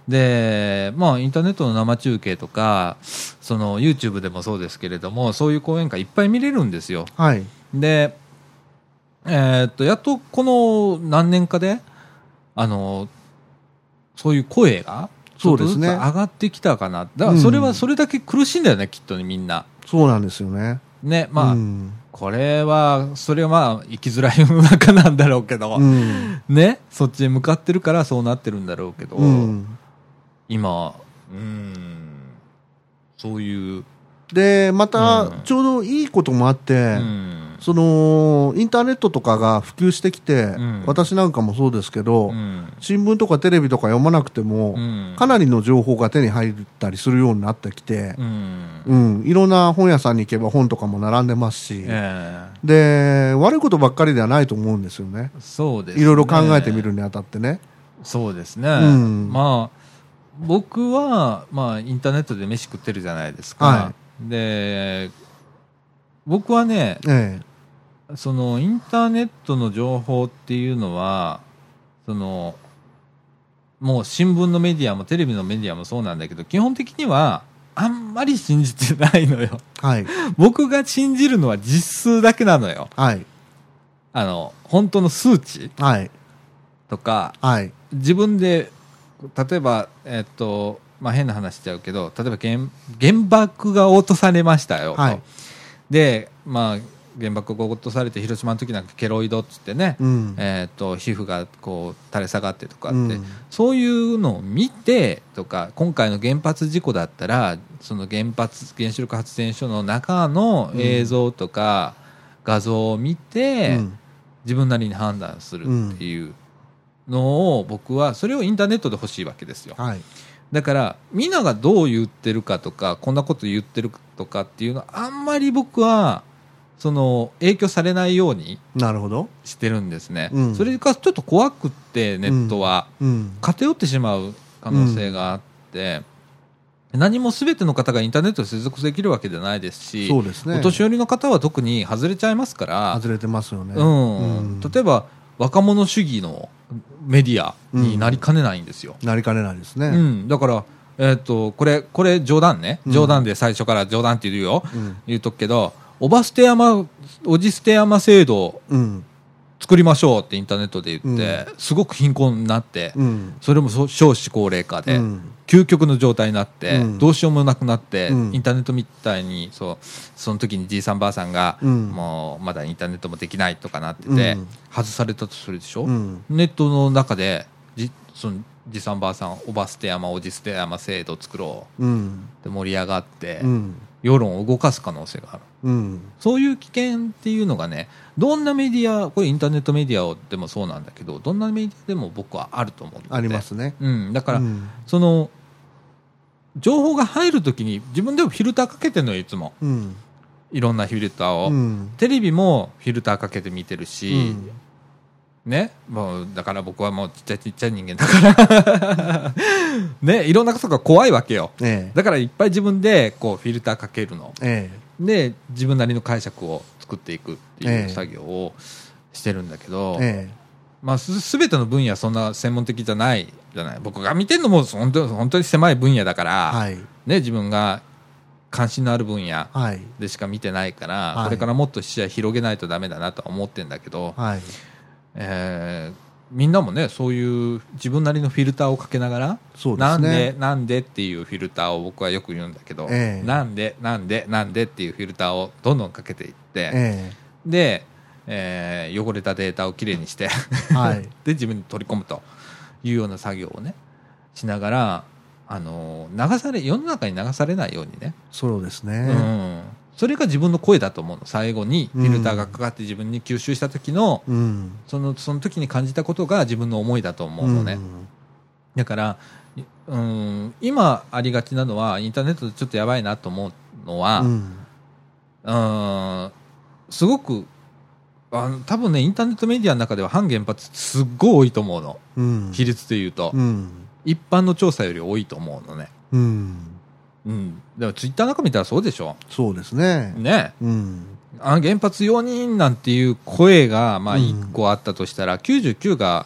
で、まあ、インターネットの生中継とか、その YouTube でもそうですけれども、そういう講演会いっぱい見れるんですよ。 はい。 で、えー、っと、やっとこの何年かで、あの、そういう声が、 そうですね。 上がってきたかな。だからそれはそれだけ苦しいんだよね、うん、きっとね、みんな。 そうなんですよね。 ね、まあ、うん、これは、それはまあ、生きづらい世の中なんだろうけど、うん、ね、そっちへ向かってるからそうなってるんだろうけど、うん、今、うん、そういう。 で、また、ちょうどいいこともあって、うん、その、インターネットとかが普及してきて、うん、私なんかもそうですけど、うん、新聞とかテレビとか読まなくても、うん、かなりの情報が手に入ったりするようになってきて、うんうん、いろんな本屋さんに行けば本とかも並んでますし、えー、で、悪いことばっかりではないと思うんですよね。 そうですね。 いろいろ考えてみるにあたってね。 そうですね。うん、まあ、僕は、まあ、インターネットで飯食ってるじゃないですか。はい、で、僕はね、ええ、そのインターネットの情報っていうのは、そのもう新聞のメディアもテレビのメディアもそうなんだけど、基本的にはあんまり信じてないのよ。はい、僕が信じるのは実数だけなのよ。はい、あの本当の数値、はい、とか、はい、自分で例えばえっとまあ変な話しちゃうけど、例えば 原, 原爆が落とされましたよ。はい、でまあ原爆が落とされて広島の時なんかケロイドっつってね、うん、えー、と皮膚がこう垂れ下がってとかって、うん、そういうのを見てとか、今回の原発事故だったらその原発原子力発電所の中の映像とか画像を見て、うん、自分なりに判断するっていうのを、僕はそれをインターネットで欲しいわけですよ。はい、だからみんながどう言ってるかとか、こんなこと言ってるとかっていうのはあんまり僕はその影響されないようにしてるんですね。うん、それがちょっと怖くって、ネットは、うんうん、偏ってしまう可能性があって、うん、何も全ての方がインターネットで接続できるわけじゃないですし、そうですね、お年寄りの方は特に外れちゃいますから。 外れてますよね。 うんうん、例えば若者主義のメディアになりかねないんですよ。 うん、なりかねないですね。 うん、だからえー、とこれこれ冗談ね、冗談で最初から冗談って言うよ、うん、言うとくけど、おば捨て山おじ捨て山制度を作りましょうってインターネットで言って、うん、すごく貧困になって、うん、それも少子高齢化で、うん、究極の状態になって、うん、どうしようもなくなって、うん、インターネットみたいにそうその時にじいさんばあさんが、うん、もうまだインターネットもできないとかなってて、うん、外されたとするでしょ、うん、ネットの中でじそのじいさんばあさんおば捨て山おじ捨て山制度を作ろう、うん、で盛り上がって、うん、世論を動かす可能性がある、うん、そういう危険っていうのがね、どんなメディア、これインターネットメディアでもそうなんだけど、どんなメディアでも僕はあると思うので。 ありますね、 うん、だから、うん、その情報が入るときに自分でもフィルターかけてるのよ、いつも、うん、いろんなフィルターを、うん、テレビもフィルターかけて見てるし、うんね、もうだから僕はもうちっちゃいちっちゃい人間だからね、いろんなことが怖いわけよ、ええ、だからいっぱい自分でこうフィルターかけるの、ええ、で自分なりの解釈を作っていくっていう作業をしてるんだけど、ええ、まあ、す, すべての分野そんな専門的じゃないじゃない。僕が見てるのも本当に、本当に狭い分野だから、はい、ね、自分が関心のある分野でしか見てないから、はい、これからもっと視野広げないとダメだなとは思ってるんだけど、はい、えー、みんなもね、そういう自分なりのフィルターをかけながら、そうですね、なんでなんでっていうフィルターを僕はよく言うんだけど、えー、なんでなんでなんでっていうフィルターをどんどんかけていって、えー、で、えー、汚れたデータをきれいにして、はい、で自分に取り込むというような作業をねしながら、あのー、流され世の中に流されないようにね。 そうですね、 うん、それが自分の声だと思うの。最後にフィルターがかかって自分に吸収した時の、うん、そのその時に感じたことが自分の思いだと思うのね、うん、だから、うん、今ありがちなのはインターネットでちょっとやばいなと思うのは、うん、うんすごくあの多分ね、インターネットメディアの中では反原発すっごい多いと思うの、うん、比率でいうと、うん、一般の調査より多いと思うのね、うんうん、でもツイッターなんか見たらそうでしょ。 そうですね。 ね、うん、あの原発容認なんていう声がまあいっこあったとしたら、うん、きゅうじゅうきゅうが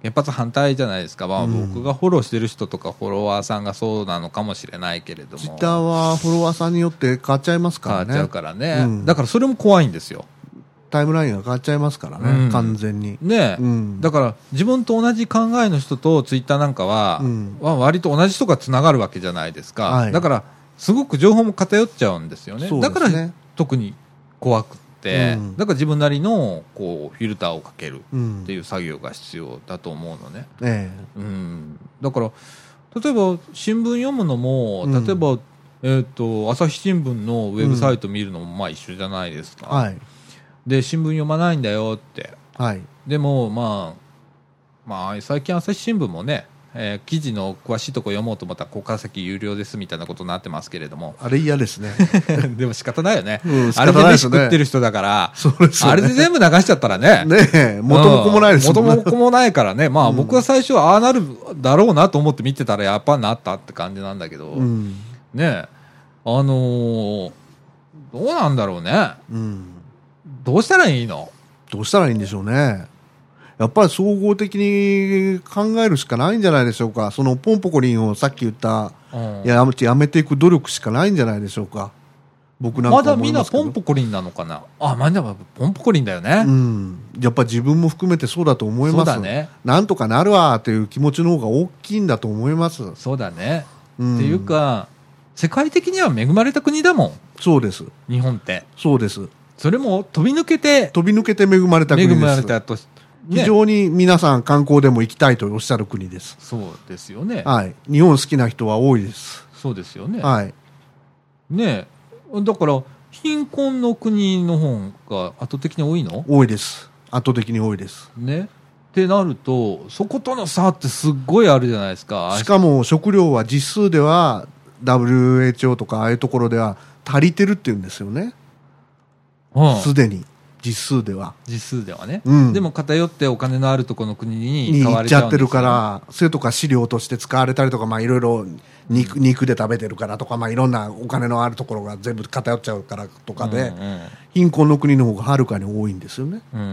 原発反対じゃないですか、まあ、僕がフォローしてる人とかフォロワーさんがそうなのかもしれないけれども、 ツイッターはフォロワーさんによって変わっちゃいますからね。 変わっちゃうからね、うん、だからそれも怖いんですよ。 タイムラインが変わっちゃいますからね、うん、完全にね、うん、だから自分と同じ考えの人とツイッターなんかは、うん、割と同じ人がつながるわけじゃないですか、はい、だからすごく情報も偏っちゃうんですよね。そうですね。だから特に怖くて、うん、だから自分なりのこうフィルターをかけるっていう作業が必要だと思うのね、うんええうん、だから例えば新聞読むのも、例えば、うんえー、と朝日新聞のウェブサイト見るのもまあ一緒じゃないですか、うんはい、で新聞読まないんだよって、はい、でも、まあ、まあ最近朝日新聞もね、えー、記事の詳しいところ読もうと思ったら国家席有料ですみたいなことになってますけれども、 あれ嫌ですねでも仕方ないよね、 うん、 あれで飯食ってる人だから、そうですよね、あれで全部流しちゃったらねねえ元も子もないですもんね、 元も子もないからね、まあ、僕は最初はああなるだろうなと思って見てたらやっぱなったって感じなんだけど、うん、ねえあのー、どうなんだろうね、うん、どうしたらいいの？ どうしたらいいんでしょうね。やっぱり総合的に考えるしかないんじゃないでしょうか。そのポンポコリンをさっき言った、うん、や, やめていく努力しかないんじゃないでしょうか。僕なんか思いますけど。まだみんなポンポコリンなのかな。あ、まだポンポコリンだよね。 うん。やっぱ自分も含めてそうだと思います。そうだね。なんとかなるわっていう気持ちの方が大きいんだと思います。 そうだね。うん、っていうか世界的には恵まれた国だもん。 そうです。 日本って。 そうです。 それも飛び抜けて飛び抜けて恵まれた国です。恵まれたと。非常に皆さん観光でも行きたいとおっしゃる国です。 そうですよね。 はい。日本好きな人は多いです。 そうですよね。 はい。 ねえ、だから貧困の国の方が圧倒的に多いの？ 多いです。圧倒的に多いです。 ね。ってなるとそことの差ってすっごいあるじゃないですか。 しかも食料は実数では ダブリューエイチオー とかああいうところでは足りてるっていうんですよね。すで、うん、に実数では実数ではね、うん、でも偏ってお金のあるところの国に買われちゃうんですよ。に行っちゃってるから、それとか飼料として使われたりとか、まあいろいろ肉、肉で食べてるからとか、まあいろんなお金のあるところが全部偏っちゃうからとかで、うんうん、貧困の国の方がはるかに多いんですよね、うん、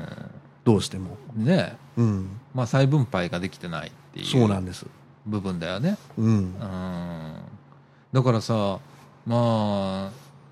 どうしてもね、うん、まあ再分配ができてないっていうそうなんです部分だよね、うん、うん、だからさまあ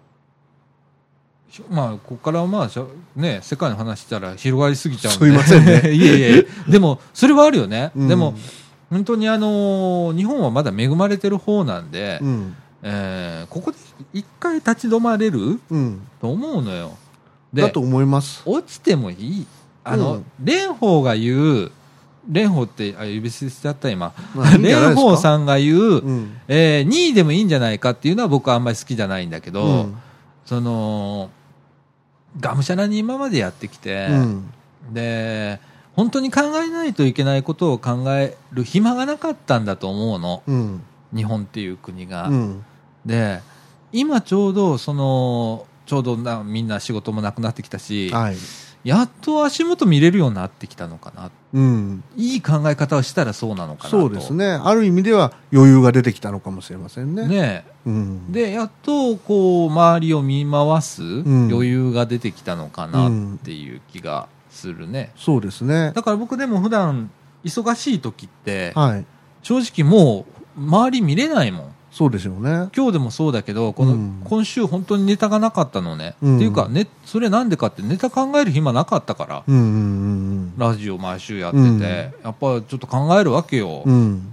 まあ、ここからはまあ、ね、世界の話したら広がりすぎちゃうんで。すいませんね。いえいえ。でも、それはあるよね。うん、でも、本当にあのー、日本はまだ恵まれてる方なんで、うん、えー、ここで一回立ち止まれる、うん、と思うのよ。 で、だと思います。 落ちてもいい。あの、蓮舫が言う、蓮舫って、あ、指捨てちゃった今。蓮舫さんが言う、うん、えー、にいでもいいんじゃないかっていうのは僕はあんまり好きじゃないんだけど、うん、その、がむしゃらに今までやってきて、うん、で本当に考えないといけないことを考える暇がなかったんだと思うの、うん、日本っていう国が、うん、で今ちょうどそのちょうどなみんな仕事もなくなってきたし、はい、やっと足元見れるようになってきたのかな、うん、いい考え方をしたらそうなのかなと。 そうですね、ある意味では余裕が出てきたのかもしれませんね。 ねえ、うん、でやっとこう周りを見回す余裕が出てきたのかなっていう気がするね、 うん、そうですね。 だから僕でも普段忙しい時って、はい、正直もう周り見れないもん。 そうですよね。 今日でもそうだけどこの、うん、今週本当にネタがなかったのね、うん、っていうか、ね、それなんでかってネタ考える暇なかったから、うんうんうん、ラジオ毎週やってて、うん、やっぱちょっと考えるわけよ、うん、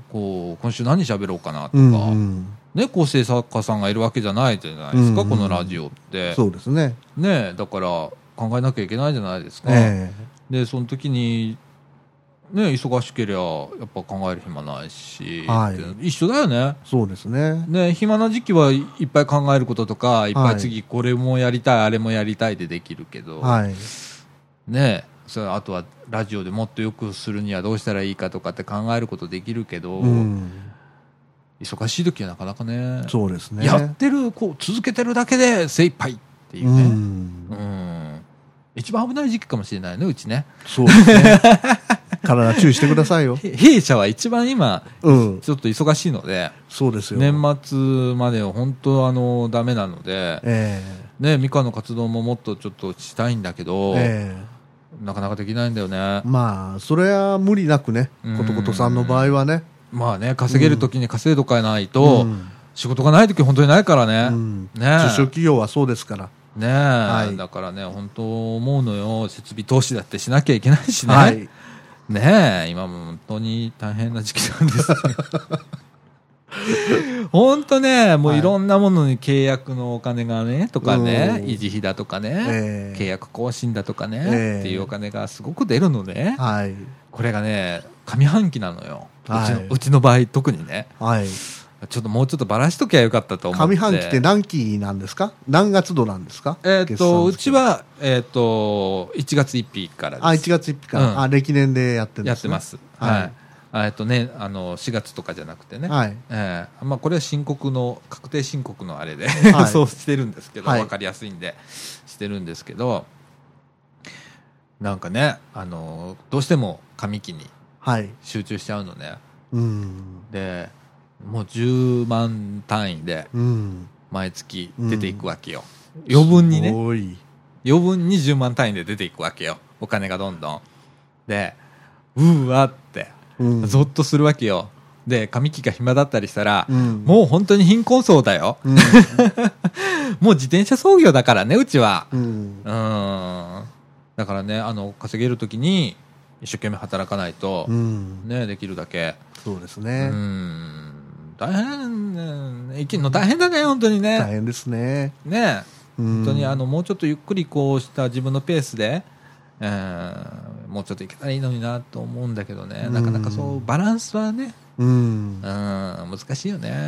こう今週何喋ろうかなとか、うんうんね、構成作家さんがいるわけじゃないじゃないですか、うんうん、このラジオって。 そうですね。 ね、だから考えなきゃいけないじゃないですか、えー、でその時にね、忙しければやっぱ考える暇ないし、はい、一緒だよね。 そうですね。 ね、暇な時期はいっぱい考えることとかいっぱい次これもやりたい、はい、あれもやりたいでできるけど、はい、ね、それあとはラジオでもっとよくするにはどうしたらいいかとかって考えることできるけど、うん、忙しい時はなかなかね。 そうですね。 やってるこう続けてるだけで精一杯っていうね、うん、うん、一番危ない時期かもしれないね、うちね。 そうですね。体注意してくださいよ。 弊社は一番今、うん、ちょっと忙しいので、 そうですよ。 年末までは本当あのダメなので、えー、ね、ミカの活動ももっとちょっとしたいんだけど、えなかなかできないんだよね。 まあそれは無理なくね、ことことさんの場合はね、 まあね、稼げるときに稼いどかないと、うん、仕事がないとき本当にないからね、うん、ね、 中小企業はそうですからね、はい、だからね本当思うのよ、設備投資だってしなきゃいけないしね、はい、ねえ今も本当に大変な時期なんです本当ね、もういろんなものに契約のお金がねとかね、維持費だとかね、えー、契約更新だとかね、えー、っていうお金がすごく出るのね、はい、これがね上半期なのよ、はい、うちの、うちの場合特にね、はい、ちょっともうちょっとばらしときゃよかったと思って。 上半期って何期なんですか、何月度なんですか。 えー、っとうちは、えー、っといちがつついたちからです。 あ、いちがつついたちから、うん、あ、歴年でやってるんですね。 やってます、はい、はい、えっとね、あのしがつとかじゃなくてね、はい、えーまあ、これは申告の確定申告のあれで、はい、そうしてるんですけど、はい、分かりやすいんでしてるんですけど、なんかね、あのどうしても上期に集中しちゃうのね、はい、うんでもうじゅうまん単位で毎月出ていくわけよ、うん、余分にね、余分にじゅうまん単位で出ていくわけよ、お金がどんどんで、うーわってうん、ゾッとするわけよ。で上期が暇だったりしたら、うん、もう本当に貧困層だよ、うん、もう自転車操業だからねうちは、うん、うんだからね、あの稼げる時に一生懸命働かないと、うん、ね、できるだけ。 そうですね、うん、 大変、生きるの大変だね本当にね。 大変ですね。 ね、本当にあのもうちょっとゆっくりこうした自分のペースで、えー、もうちょっといけたらいいのになと思うんだけどね、なかなかそうバランスはね、うん、うん、難しいよね、うん、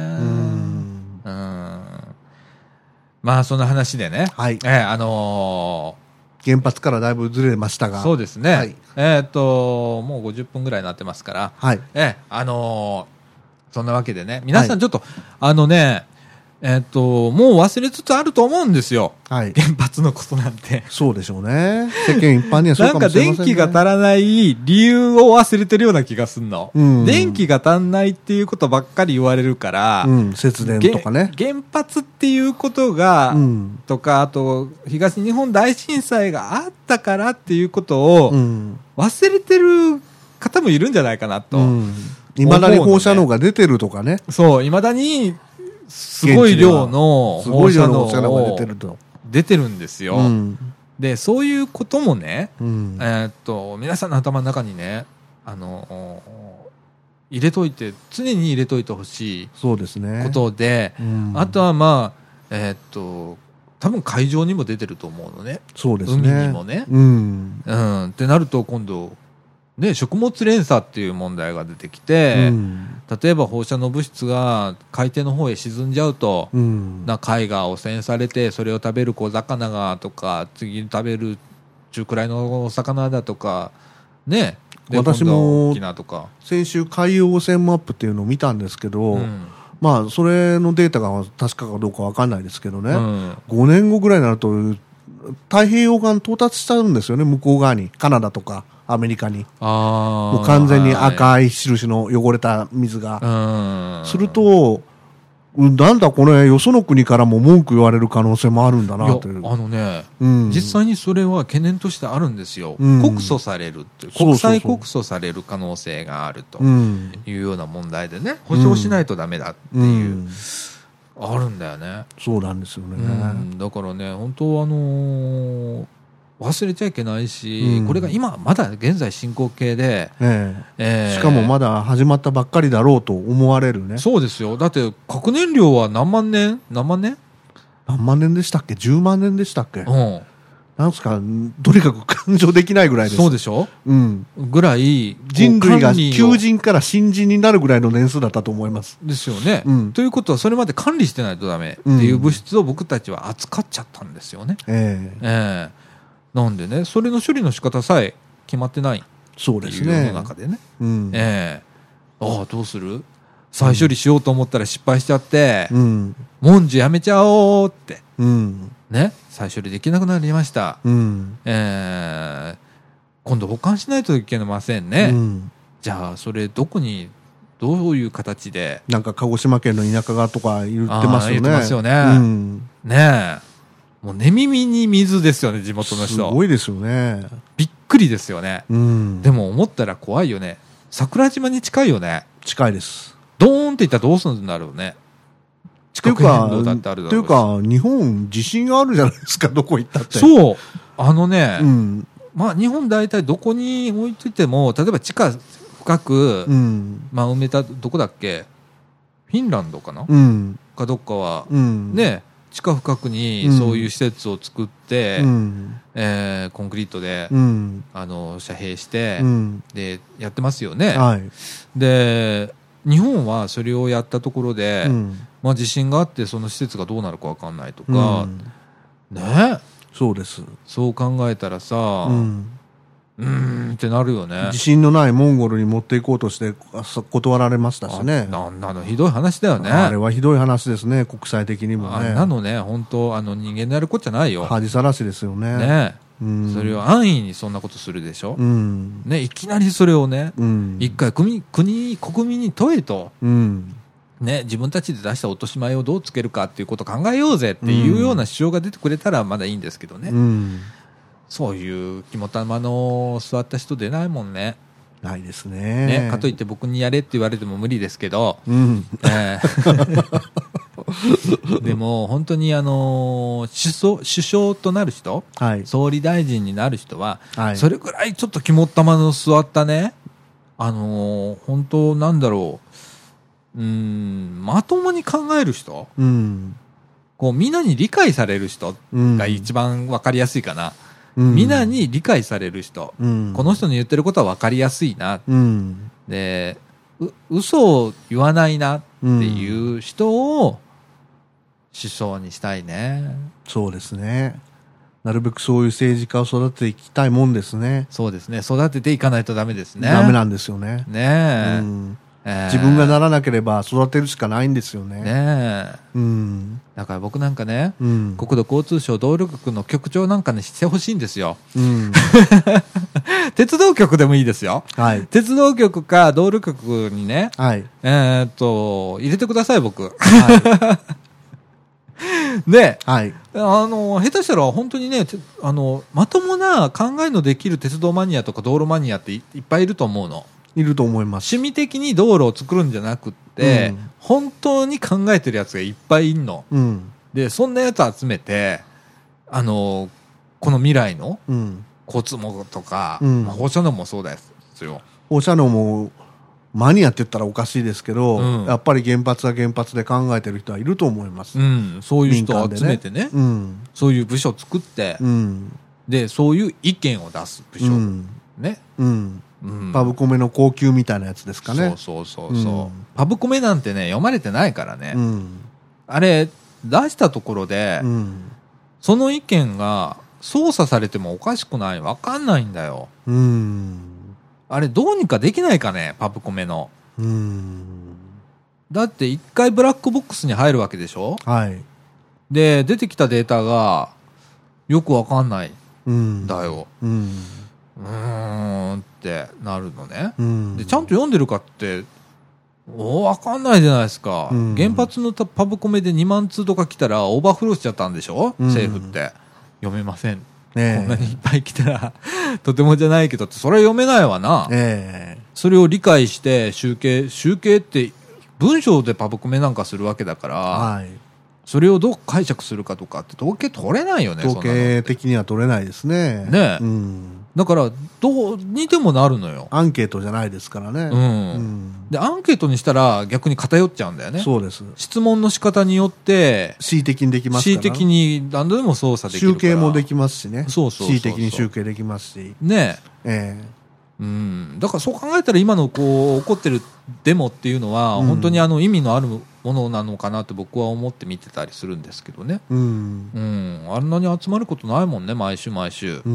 うん、まあその話でね、はい、えー、あのー、原発からだいぶずれましたが、 そうですね、はい、えー、っともうごじゅっぷんぐらいになってますから、はい、えー、あのー、そんなわけでね、皆さんちょっと、はい、あのね、えー、っともう忘れつつあると思うんですよ、はい、原発のことなんて。 そうでしょうね、世間一般にはそうかもしれませんね。なんか電気が足らない理由を忘れてるような気がするの、うん、電気が足んないっていうことばっかり言われるから、うん、 節電とかね、 原発っていうことが、うん、とかあと東日本大震災があったからっていうことを忘れてる方もいるんじゃないかなと、 いま、うん、だに放射能が出てるとかね、 そう、いまだにすごい量の放射能が出てると出てるんですよ、うん、でそういうこともね、うん、えー、っと皆さんの頭の中にね、あの入れといて、常に入れといてほしいことで、そうですね、うん、あとはまあえー、っと多分海上にも出てると思うのね、 そうですね、 海にもね、うんうん、ってなると今度ね、食物連鎖っていう問題が出てきて、うん、例えば放射能物質が海底の方へ沈んじゃうと、うん、な貝が汚染されて、それを食べる小魚がとか、次に食べる中くらいのお魚だとかね、 私も先週海洋汚染マップっていうのを見たんですけど、うん、まあそれのデータが確かかどうか分かんないですけどね、うん、ごねんごぐらいになると太平洋側に到達しちゃうんですよね、向こう側に、カナダとかアメリカに。あ、もう完全に赤い印の汚れた水が、するとなんだこれよその国からも文句言われる可能性もあるんだなという。 あのね、うん、実際にそれは懸念としてあるんですよ、うん、告訴されるっていう、国際告訴される可能性があるというような問題でね、保証しないとダメだっていう、うんうん、あるんだよね。 そうなんですよね、うん、 だからね本当あのー忘れちゃいけないし、うん、これが今まだ現在進行形で、えええー、しかもまだ始まったばっかりだろうと思われるね。 そうですよ。だって核燃料は何万年何万年何万年でしたっけ、じゅうまん年でしたっけ、うん、なんすか、とにかく感情できないぐらいです。 そうでしょ、うん、ぐらい人類が旧人から新人になるぐらいの年数だったと思います。 ですよね、うん、ということはそれまで管理してないとダメっていう物質を僕たちは扱っちゃったんですよね、うん、えー、えーなんでね、それの処理の仕方さえ決まってないっていう世の中でね、うん、えー、ああどうする、再処理しようと思ったら失敗しちゃって、うん、もんじゅやめちゃおうって、うん、ね、再処理できなくなりました、うん、えー、今度保管しないといけませんね、うん、じゃあそれどこにどういう形で、 なんか鹿児島県の田舎側とか言ってますよね。 言ってますよね、うん、ねえ、もう寝耳に水ですよね、地元の人。 すごいですよね。 びっくりですよね、 うん、 でも思ったら怖いよね。桜島に近いよね。 近いです。 ドーンっていったらどうするんだろうね。地殻変動だってあるだろうし。 というか日本地震があるじゃないですか、どこ行ったって。 そうあのね、 うん、 まあ日本大体どこに置いてても、例えば地下深く、うん、まあ埋めたどこだっけ、フィンランドかな、うん、かどっかは、うん、ね、地下深くにそういう施設を作って、うん、えー、コンクリートで、うん、あの遮蔽して、うん、でやってますよね、はい、で日本はそれをやったところで、うん、まあ、地震があってその施設がどうなるか分かんないとか、うん、ね、 そうです。 そう考えたらさ、うんうーんってなるよね。 自信のないモンゴルに持っていこうとして断られましたしね。 あんなのひどい話だよね。 あれはひどい話ですね、国際的にもね。 あんなのね、本当あの人間のやることじゃないよ。 恥さらしですよね。 ね、うん、それを安易にそんなことするでしょ、うんね、いきなりそれをね、うん、一回国、国、国民に問えと、うんね、自分たちで出した落とし前をどうつけるかっていうことを考えようぜっていうような主張が出てくれたらまだいいんですけどね、うん、そういう肝玉の座った人出ないもんね。 ないです ね, ねかといって僕にやれって言われても無理ですけど、うんえー、でも本当にあの首相、首相となる人、はい、総理大臣になる人は、はい、それぐらいちょっと肝玉の座ったね、あのー、本当なんだろう、うーんまともに考える人、うん、こうみんなに理解される人が一番分かりやすいかな、うん、みんなに理解される人、うん、この人の言ってることは分かりやすいな、うん、でう嘘を言わないなっていう人を首相にしたいね。 そうですね。なるべくそういう政治家を育てていきたいもんですね。 そうですね。育てていかないとダメですね。 ダメなんですよね。 ねえ、 うんえー、自分がならなければ育てるしかないんですよね。 ねえ、うん、だから僕なんかね、うん、国土交通省道路局の局長なんかにしてほしいんですよ、うん、鉄道局でもいいですよ、はい、鉄道局か道路局にね、はい、えー、っと入れてください僕、はいで、はい、あの下手したら本当にね、あのまともな考えのできる鉄道マニアとか道路マニアって い, いっぱいいると思うの。 いると思います。 趣味的に道路を作るんじゃなくって、うん、本当に考えてるやつがいっぱいいるの、うん、でそんなやつ集めて、あのこの未来の交通網とか、うん、まあ、放射能もそうですよ。 放射能もマニアって言ったらおかしいですけど、うん、やっぱり原発は原発で考えてる人はいると思います、うん、 そういう人を集めてね、うん、そういう部署を作って、うん、でそういう意見を出す部署、うん、ね、 うんうん、パブコメの高級みたいなやつですかね。 そうそうそうそう、うん、パブコメなんてね読まれてないからね、うん、あれ出したところで、うん、その意見が操作されてもおかしくない、分かんないんだよ、うん、あれどうにかできないかね、パブコメの、うん、だって一回ブラックボックスに入るわけでしょ、はい、で出てきたデータがよく分かんないんだよ、うんうんうーんってなるのね、うん、でちゃんと読んでるかってお分かんないじゃないですか、うん、原発のパブコメでにまん通とか来たらオーバーフローしちゃったんでしょ、うん、政府って読めません、ね、こんなにいっぱい来たらとてもじゃないけどって、それは読めないわな、ね、それを理解して集計集計って文章でパブコメなんかするわけだから、はい、それをどう解釈するかとかって統計取れないよね。 統計的には取れないですね。 ね、うん、だからどうにでもなるのよ。 アンケートじゃないですからね、うんうん、でアンケートにしたら逆に偏っちゃうんだよね。 そうです。 質問の仕方によって恣意的にできますから、 恣意的に何度でも操作できるから、 集計もできますしね。そうそうそうそう、恣意的に集計できますしねええーうん、だからそう考えたら今のこう起こってるデモっていうのは本当にあの意味のあるものなのかなって僕は思って見てたりするんですけどね、うんうん、あんなに集まることないもんね、毎週毎週、うん、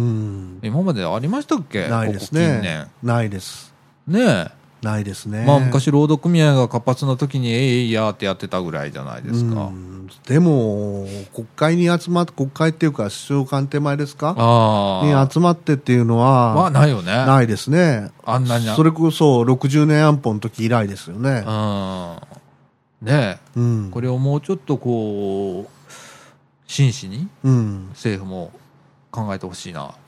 今までありましたっけ。 ないですね。ここ近年ないですねえ、 ないですね。 まあ、昔労働組合が活発な時にえいえいやーってやってたぐらいじゃないですか。うん、 でも国会に集まって、国会っていうか首相官邸前ですか、あに集まってっていうのは、 まあ、ないよね。 ないですね。 あんなにそれこそろくじゅうねん安保の時以来ですよね。 うんねえ、うん、これをもうちょっとこう真摯に政府も考えてほしいな、うん、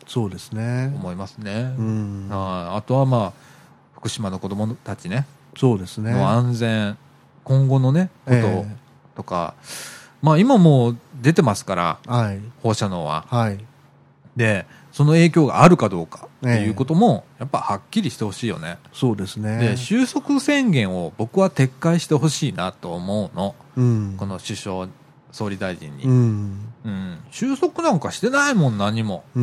そうですね。 思いますね。うん、あ, あとはまあ福島の子どもたちね、 そうですね。 の安全、今後のねこととか、えー、まあ今もう出てますから、はい、放射能は、はい、でその影響があるかどうかっていうこともやっぱはっきりしてほしいよね。 そうですね。 で収束宣言を僕は撤回してほしいなと思うの、うん、この首相総理大臣に、うんうん、収束なんかしてないもん何も、うん、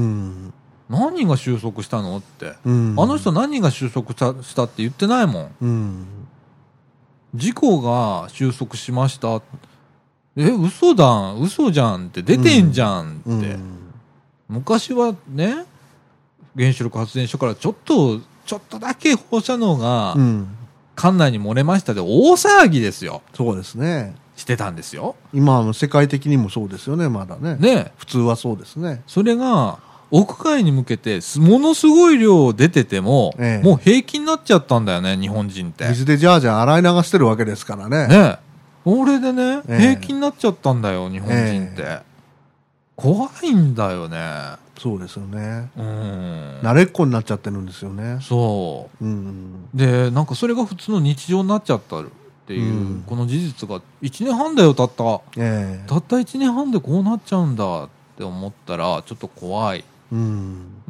何が収束したのって、うん、あの人何が収束した、したって言ってないもん、うん、事故が収束しました、え嘘だ嘘じゃんって出てんじゃんって、うんうん、昔はね原子力発電所からちょっとちょっとだけ放射能が管内に漏れましたで大騒ぎですよ。 そうですね。 してたんですよ。 今は世界的にもそうですよね。まだね。ね。普通はそうですね。 それが屋外に向けてものすごい量出てても、ええ、もう平気になっちゃったんだよね日本人って。 水でジャージャー洗い流してるわけですからね。 ね。これでね、ええ、平気になっちゃったんだよ日本人って、え、怖いんだよね。 そうですよね。うん。慣れっこになっちゃってるんですよね。 そう。うん。でなんかそれが普通の日常になっちゃったっていう、うん、この事実がいちねんはんだよたった、えー、たったいちねんはんでこうなっちゃうんだって思ったらちょっと怖い。うん。うん。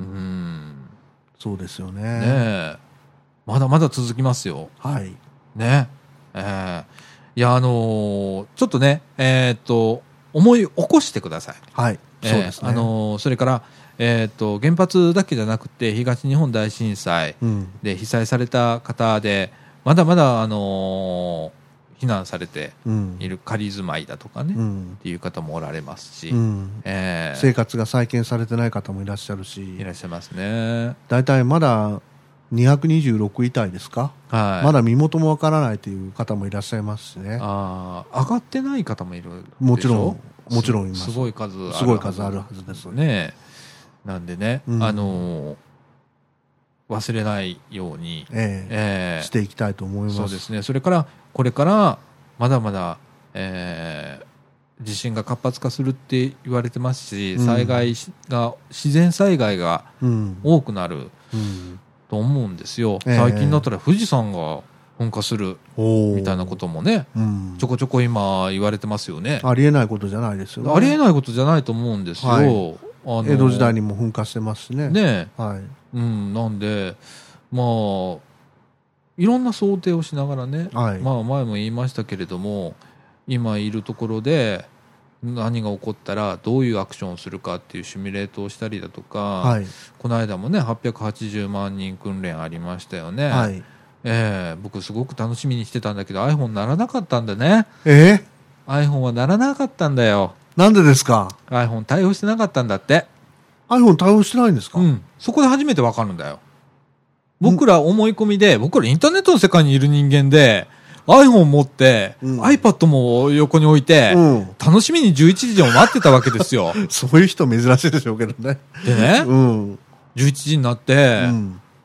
そうですよね。 ねえ。まだまだ続きますよ。はい。ね。えー、いやあのー、ちょっとねえー、っと思い起こしてください。はい。えー、そうですね。あのー、それから。えー、と原発だけじゃなくて東日本大震災で被災された方でまだまだ、あのー、避難されている仮住まいだとかね、うん、っていう方もおられますし、うんえー、生活が再建されてない方もいらっしゃるしいらっしゃいますね。 だいたいまだにひゃくにじゅうろく遺体ですか、はい、まだ身元もわからないという方もいらっしゃいますしね。 あ上がってない方もいるでしょ。 もちろんもちろんいます。 すごい数あるはず、 すごい数あるはずですね。 なんでね、うん、あのー、忘れないように、 えーえー、していきたいと思います。 そうですね。それからこれからまだまだ、えー、地震が活発化するって言われてますし、災害が、うん、自然災害が多くなると思うんですよ。うん、最近だったら富士山が噴火するみたいなこともね、うん、ちょこちょこ今言われてますよね。 ありえないことじゃないですよね。 ありえないことじゃないと思うんですよ。はい、 あの江戸時代にも噴火してますしね。 ねえ、はい、うん、なんでまあいろんな想定をしながらね、はい、まあ前も言いましたけれども今いるところで何が起こったらどういうアクションをするかっていうシミュレートをしたりだとか、はい、この間もねはっぴゃくはちじゅうまんにん訓練ありましたよね。はい、えー、僕すごく楽しみにしてたんだけど iPhone ならなかったんだね。 えー、iPhone はならなかったんだよ。 なんでですか。 iPhone 対応してなかったんだって。 iPhone 対応してないんですか。 うん、そこで初めて分かるんだよ。僕ら思い込みで僕らインターネットの世界にいる人間で iPhone 持って、うん、iPad も横に置いて、うん、楽しみにじゅういちじを待ってたわけですよ。 そういう人珍しいでしょうけどね。 でね、うん、じゅういちじになって、うん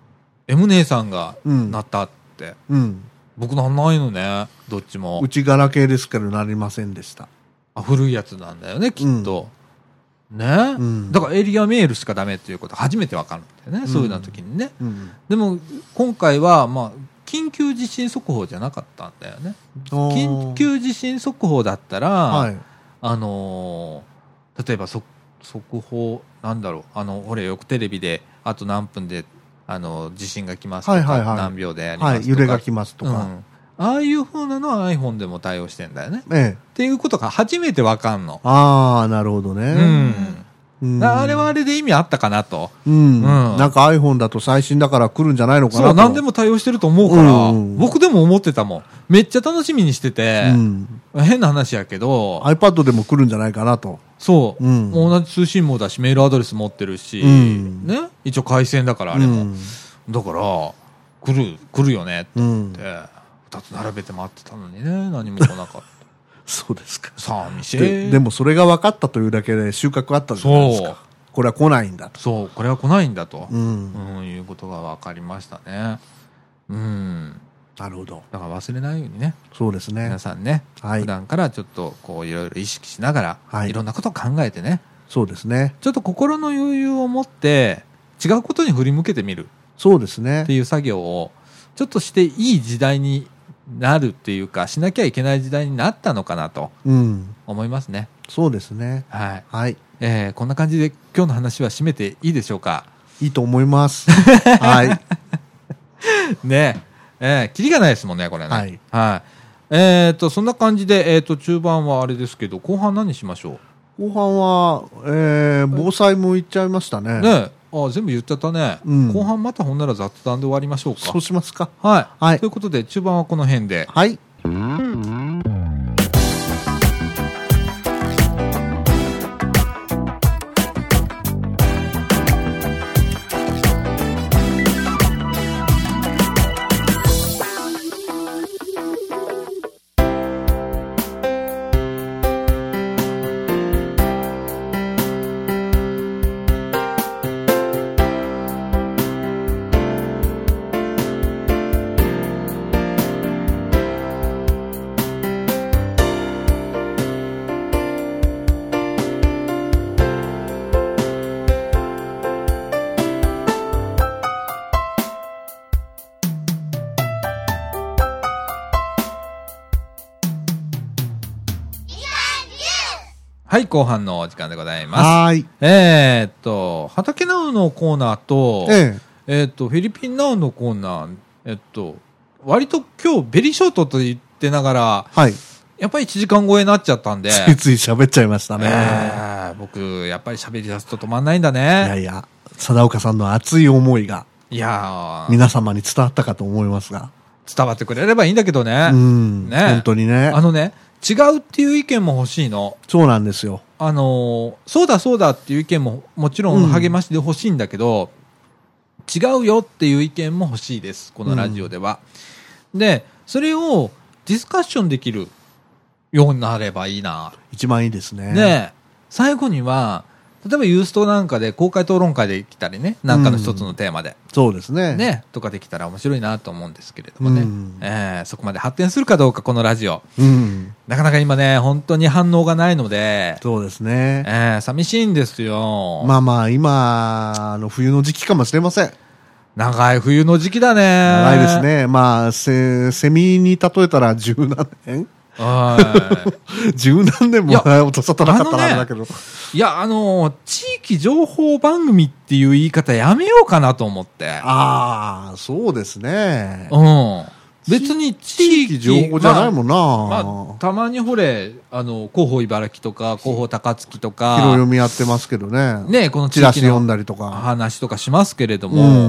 、M 姉さんがなったって、うん、僕なんないのね。どっちも内ガラ系ですからなりませんでした。 あ、古いやつなんだよねきっと、うん、ね、うん、だからエリアメールしかダメっていうこと初めて分かるんだよね、うん、そういうような時にね、うん、でも今回はまあ緊急地震速報じゃなかったんだよね。緊急地震速報だったら、はい、あのー、例えば速報なんだろう、あの俺よくテレビであと何分であの地震が来ますとか、はいはいはい、何秒でやりますとか、はい、 揺れが来ますとか、うん、 ああいう風なのは iPhone でも対応してんだよね、ええ、っていうことが初めて分かんの。 ああなるほどね、うんうん、あれはあれで意味あったかなと、 うんうん、なんか iPhone だと最新だから来るんじゃないのかなと。 そう何でも対応してると思うから、うん、僕でも思ってたもん。めっちゃ楽しみにしてて、うん、変な話やけど iPad でも来るんじゃないかなと。 そう、うん、もう同じ通信網だしメールアドレス持ってるし、うんね、一応回線だからあれも、うん、だから来る来るよねって言って、うん、ふたつ並べて待ってたのにね何も来なかったそうですか。 寂しい。 で, でもそれが分かったというだけで収穫あったじゃないですか。これは来ないんだと。 そうこれは来ないんだと、うんうん、いうことが分かりましたね。うん、 なるほど。 だから忘れないようにね。 そうですね。 皆さんね、はい、普段からちょっとこういろいろ意識しながら、はい、いろんなことを考えてね。 そうですね。 ちょっと心の余裕を持って違うことに振り向けてみる。 そうですね。 っていう作業をちょっとしていい時代になるっていうか、しなきゃいけない時代になったのかなと思いますね。 うん、そうですね。 はい。 はい。 えー、こんな感じで今日の話は締めていいでしょうか。 いいと思います。はい。 ねえ、えー、キリがないですもんね、これね。 はい。 はい。えー、っと、そんな感じで、えー、っと、中盤はあれですけど、後半何しましょう。後半は、えー、防災も言っちゃいましたね。 ねあ全部言っちゃったね、 うん、 後半またほんなら雑談で終わりましょうか。 そうしますか。 はい。 はい。 ということで、中盤はこの辺で。 はい。 はい、後半のお時間でございます。 はい。 えー、っと、畑ナウのコーナーと、 ええー、っと、フィリピンナウのコーナー、えっと、割と今日ベリーショートと言ってながら、 はい。 やっぱりいちじかん超えになっちゃったんで。 ついつい喋っちゃいましたね。 えー、僕、やっぱり喋り出すと止まんないんだね。いやいや、貞岡さんの熱い思いが、 いや皆様に伝わったかと思いますが。 伝わってくれればいいんだけどね。 うん。ね。本当にね。 あのね、違うっていう意見も欲しいの。 そうなんですよ。 あのー、そうだそうだっていう意見ももちろん励ましで欲しいんだけど、うん、違うよっていう意見も欲しいです。このラジオでは。うん、で、それをディスカッションできるようになればいいな。 一番いいですね。 で、最後には、例えばユーストなんかで公開討論会できたりね、なんかの一つのテーマで、うん、 そうですね。 ね、とかできたら面白いなと思うんですけれどもね、うん、えー、そこまで発展するかどうかこのラジオ、うん、なかなか今ね本当に反応がないので、 そうですね、 えー、寂しいんですよ。 まあまあ今の冬の時期かもしれません。 長い冬の時期だね。 長いですね。まあセセミに例えたら十何年十何年も音沙汰なかったらあれだけど、 いや、あの、地域情報番組っていう言い方やめようかなと思って。 ああ、そうですね。 うん。別に地域情報じゃないもんな。まあまあ、たまにほれ、あの、広報茨城とか、広報高槻とか。 広読みやってますけどね。 ね、この地域の話とかしますけれども。うん、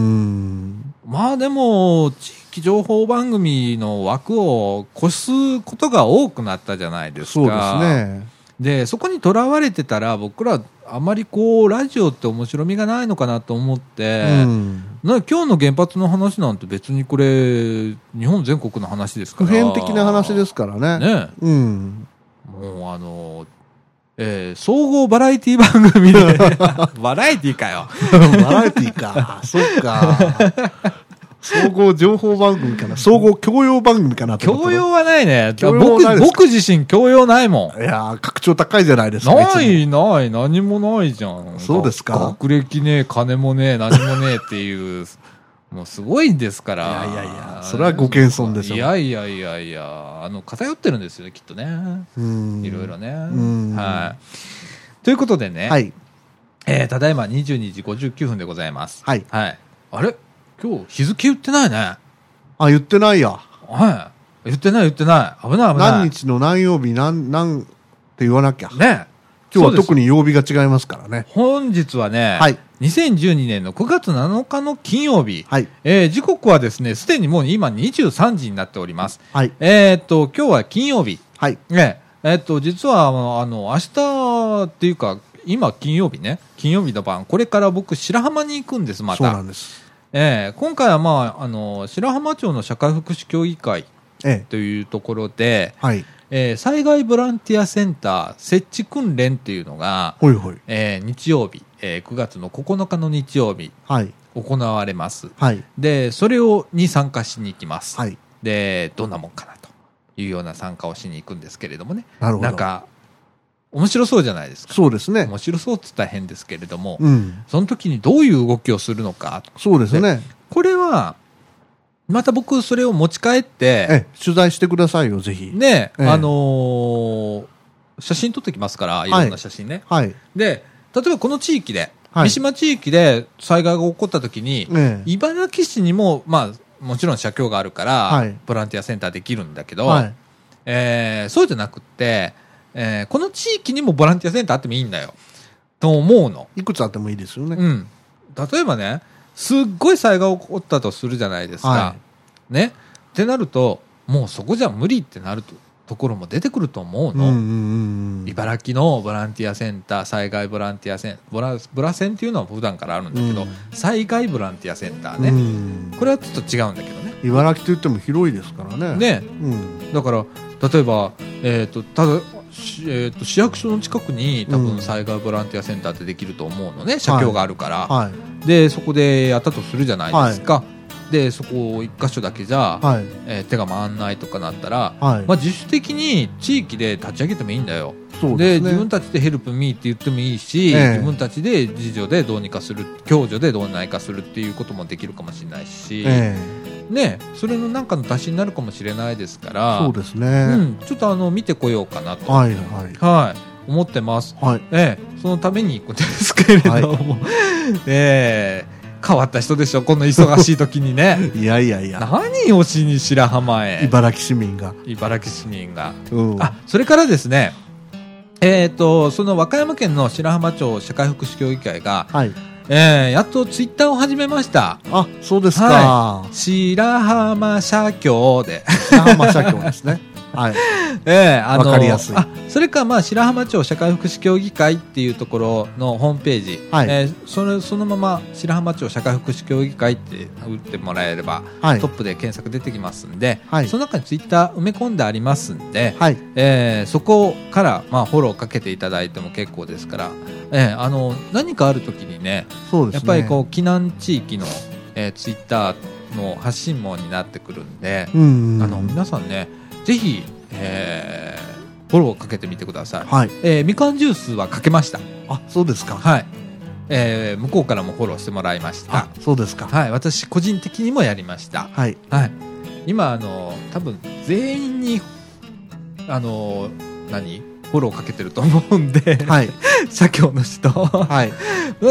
まあでも、地域情報番組の枠を越すことが多くなったじゃないですか。 そうですね。 で、そこにとらわれてたら、僕ら、あまりこう、ラジオって面白みがないのかなと思って、うん、な今日の原発の話なんて別にこれ、日本全国の話ですから。 普遍的な話ですからね。ね。うん。 もうあの、えー、総合バラエティ番組で、バラエティかよ。 バラエティか。そっか。総合情報番組かな、総合教養番組かなと思った。 教養はないね。僕、僕自身教養ないもん。いやー、格調高いじゃないですか。 ないない、何もないじゃん。 そうですか。 学歴ねえ、金もねえ、何もねえっていう、もうすごいんですから。 いやいやいや、それはご謙遜でしょう。 いやいやいやいや、あの、偏ってるんですよね、きっとね。うん。いろいろね。うん。はい。ということでね。はい。えー、ただいまにじゅうにじごじゅうきゅうふんでございます。はい。はい。あれ今日日付言ってないね。 あ、言ってないや。 はい。言ってない言ってない。危ない危ない。 何日の何曜日何、何って言わなきゃ。ね。今日は特に曜日が違いますからね。 本日はね、はい、にせんじゅうにねんのくがつなのかの金曜日。はい。えー、時刻はですね、すでにもう今にじゅうさんじになっております。はい。えー、っと、今日は金曜日。はい。ね。えー、っと、実は、あの、明日っていうか、今金曜日ね、金曜日の晩、これから僕白浜に行くんです、また。そうなんです。えー、今回は、まあ、あの白浜町の社会福祉協議会というところで、ええはいえー、災害ボランティアセンター設置訓練っていうのが、ほいほいえー、日曜日、えー、くがつのここのかの日曜日、はい、行われます、はい、でそれをに参加しに行きます、はい、でどんなもんかなというような参加をしに行くんですけれどもね。なるほど。なんか面白そうじゃないですか。 そうですね。 面白そうって言ったら変ですけれども、 うん、 その時にどういう動きをするのか。 そうですね。 これは、また僕それを持ち帰って、 え取材してくださいよ、ぜひ。 ね、ええ、あのー、写真撮ってきますから、いろんな写真ね。 はい。 で、例えばこの地域で、はい、三島地域で災害が起こった時に、ええ、茨城市にも、まあ、もちろん社協があるから、はい、ボランティアセンターできるんだけど、はい、えー、そうじゃなくって、えー、この地域にもボランティアセンターあってもいいんだよ。と思うの。 いくつあってもいいですよね。 うん。例えばね、すっごい災害が起こったとするじゃないですか。はい、ね。ってなると、もうそこじゃ無理ってなると。ところも出てくると思うの、うんうんうん、茨城のボランティアセンター、災害ボランティアセンボラボラセンっていうのは普段からあるんだけど、うん、災害ボランティアセンターね、うん、これはちょっと違うんだけどね。 茨城といっても広いですからね。 ね、うん、だから例えば、えーとただえー、と市役所の近くに多分災害ボランティアセンターってできると思うのね、社協があるから、はいはい、でそこでやったとするじゃないですか、はい、でそこ一箇所だけじゃ、はい、えー、手が回んないとかなったら、はい、まあ、自主的に地域で立ち上げてもいいんだよ。そうですね、で自分たちでヘルプミーって言ってもいいし、えー、自分たちで自助でどうにかする、共助でどうにかするっていうこともできるかもしれないし、えーね、それのなんかの足しになるかもしれないですから、 そうですね、 うん、ちょっとあの見てこようかなと、はいはいはい、思ってます、はい、えー、そのために行くんですけれども、はい、えー、変わった人でしょ、この忙しい時にねいやいやいや、 何をしに白浜へ、 茨城市民が茨城市民が、うん、あ、それからですね、えーと、その和歌山県の白浜町社会福祉協議会が、はい、えー、やっとツイッターを始めました。 あ、そうですか、 はい、白浜社協で白浜社協ですねはい、 えー、あの分かりやすい。 あ、それか、まあ、白浜町社会福祉協議会っていうところのホームページ、はい、えー、それそのまま白浜町社会福祉協議会って打ってもらえれば、はい、トップで検索出てきますんで、はい、その中にツイッター埋め込んでありますんで、はい、えー、そこから、まあ、フォローかけていただいても結構ですから、えー、あの何かあるときにね、そうですね、やっぱりこう避難地域の、えー、ツイッターの発信網になってくるんで、うんうん、あの皆さんね、ぜひ、えー、フォローかけてみてください、はい、えー、みかんジュースはかけました。 あ、そうですか、 はい、えー、向こうからもフォローしてもらいました。 あ、そうですか、 はい、私個人的にもやりました、はいはい、今あの多分全員にあの何フォローかけてると思うんで、はい、社協の人、はい、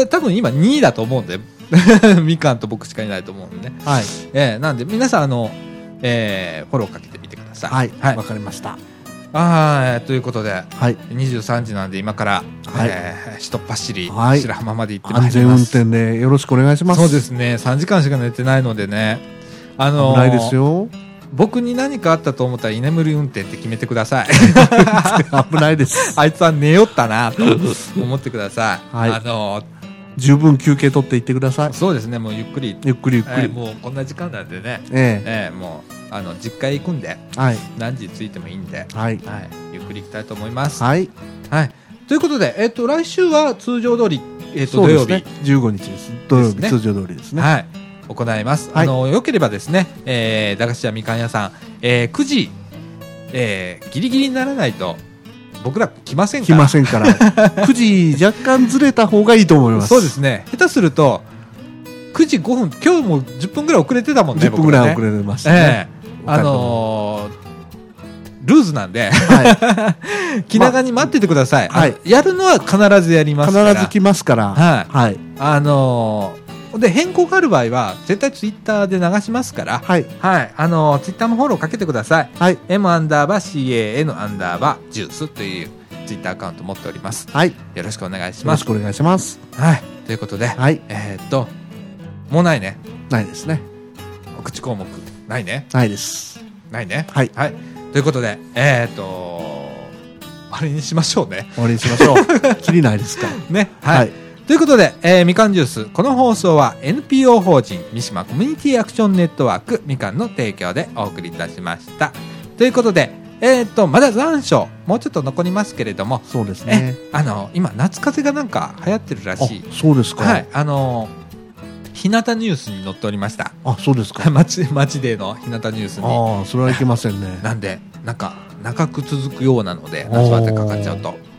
多分今にいだと思うんでみかんと僕しかいないと思うんでね、はい、えー、なんで皆さんあの、えー、フォローかけてみてください。 はい、はい、わかりました。 あ、ということで、はい、にじゅうさんじなんで今から、はい、えー、ひとっ走り、はい、白浜まで行ってまいります。 安全運転でよろしくお願いします。 そうですね、さんじかんしか寝てないのでね、あのー、 危ないですよ。 僕に何かあったと思ったら居眠り運転って決めてください危ないですあいつは寝よったなと思ってください、はい、あのー、 十分休憩取っていってください。 そうですね、もうゆっくりゆっくりゆっくり、 えー、もうこんな時間なんでね、えーえー、もうあの実家へ行くんで、はい、何時着いてもいいんで、はいはい、ゆっくり行きたいと思います。はい、はい、ということで、えー、と来週は通常通り、えー、と土曜日、ね、 じゅうごにちです。土曜日、ね、通常通りですね。はい、 行います。はい、あのよければですね、えー、駄菓子屋みかん屋さん、えー、くじ、えー、ギリギリにならないと僕ら来ませんから。 来ませんからくじ若干ずれた方がいいと思います。 そうですね、下手するとくじごふん、今日もじゅっぷんぐらい遅れてたもんね。 じゅっぷんぐらい遅れましたね、 えー、あのー、ルーズなんで、はい、気長に待っててください、まあ、はい、やるのは必ずやりますから。 必ず来ますから、はい、はい、 あのー、で変更がある場合は絶対ツイッターで流しますから、はい、はい、あのー、ツイッターもフォローかけてください、はい、M アンダーバー シーエーエヌ アンダーバージュースというツイッターアカウント持っております、はい、よろしくお願いします。よろしくお願いします。 はい、ということで、はい、えー、っともうないね。 ないですね。 お口項目ないね。 ないです。 ないね。はい、はい、ということで、えー、っと終わりにしましょうね。 終わりにしましょうきりないですからね、はい、はい、ということで、えー、みかんジュース、この放送は エヌピーオー 法人三島コミュニティアクションネットワークみかんの提供でお送りいたしました。ということで、えー、っとまだ残暑もうちょっと残りますけれども、 そうですね、 あの今夏風邪がなんか流行ってるらしい。 そうですか。 はい、あの日向ニュースに載っておりました。 あ、そうですか。 街街での日向ニュースに。 ああ、それはいけませんね。 なんでなんか長く続くようなので、夏バテかかっちゃうと、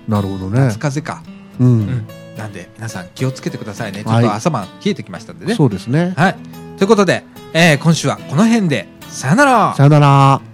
なるほどね。 夏風邪か。うん。うん、なんで皆さん気をつけてくださいね。ちょっと朝晩冷えてきましたんでね。 そうですね。 はい。ということで、えー、今週はこの辺でさよなら。 さよなら。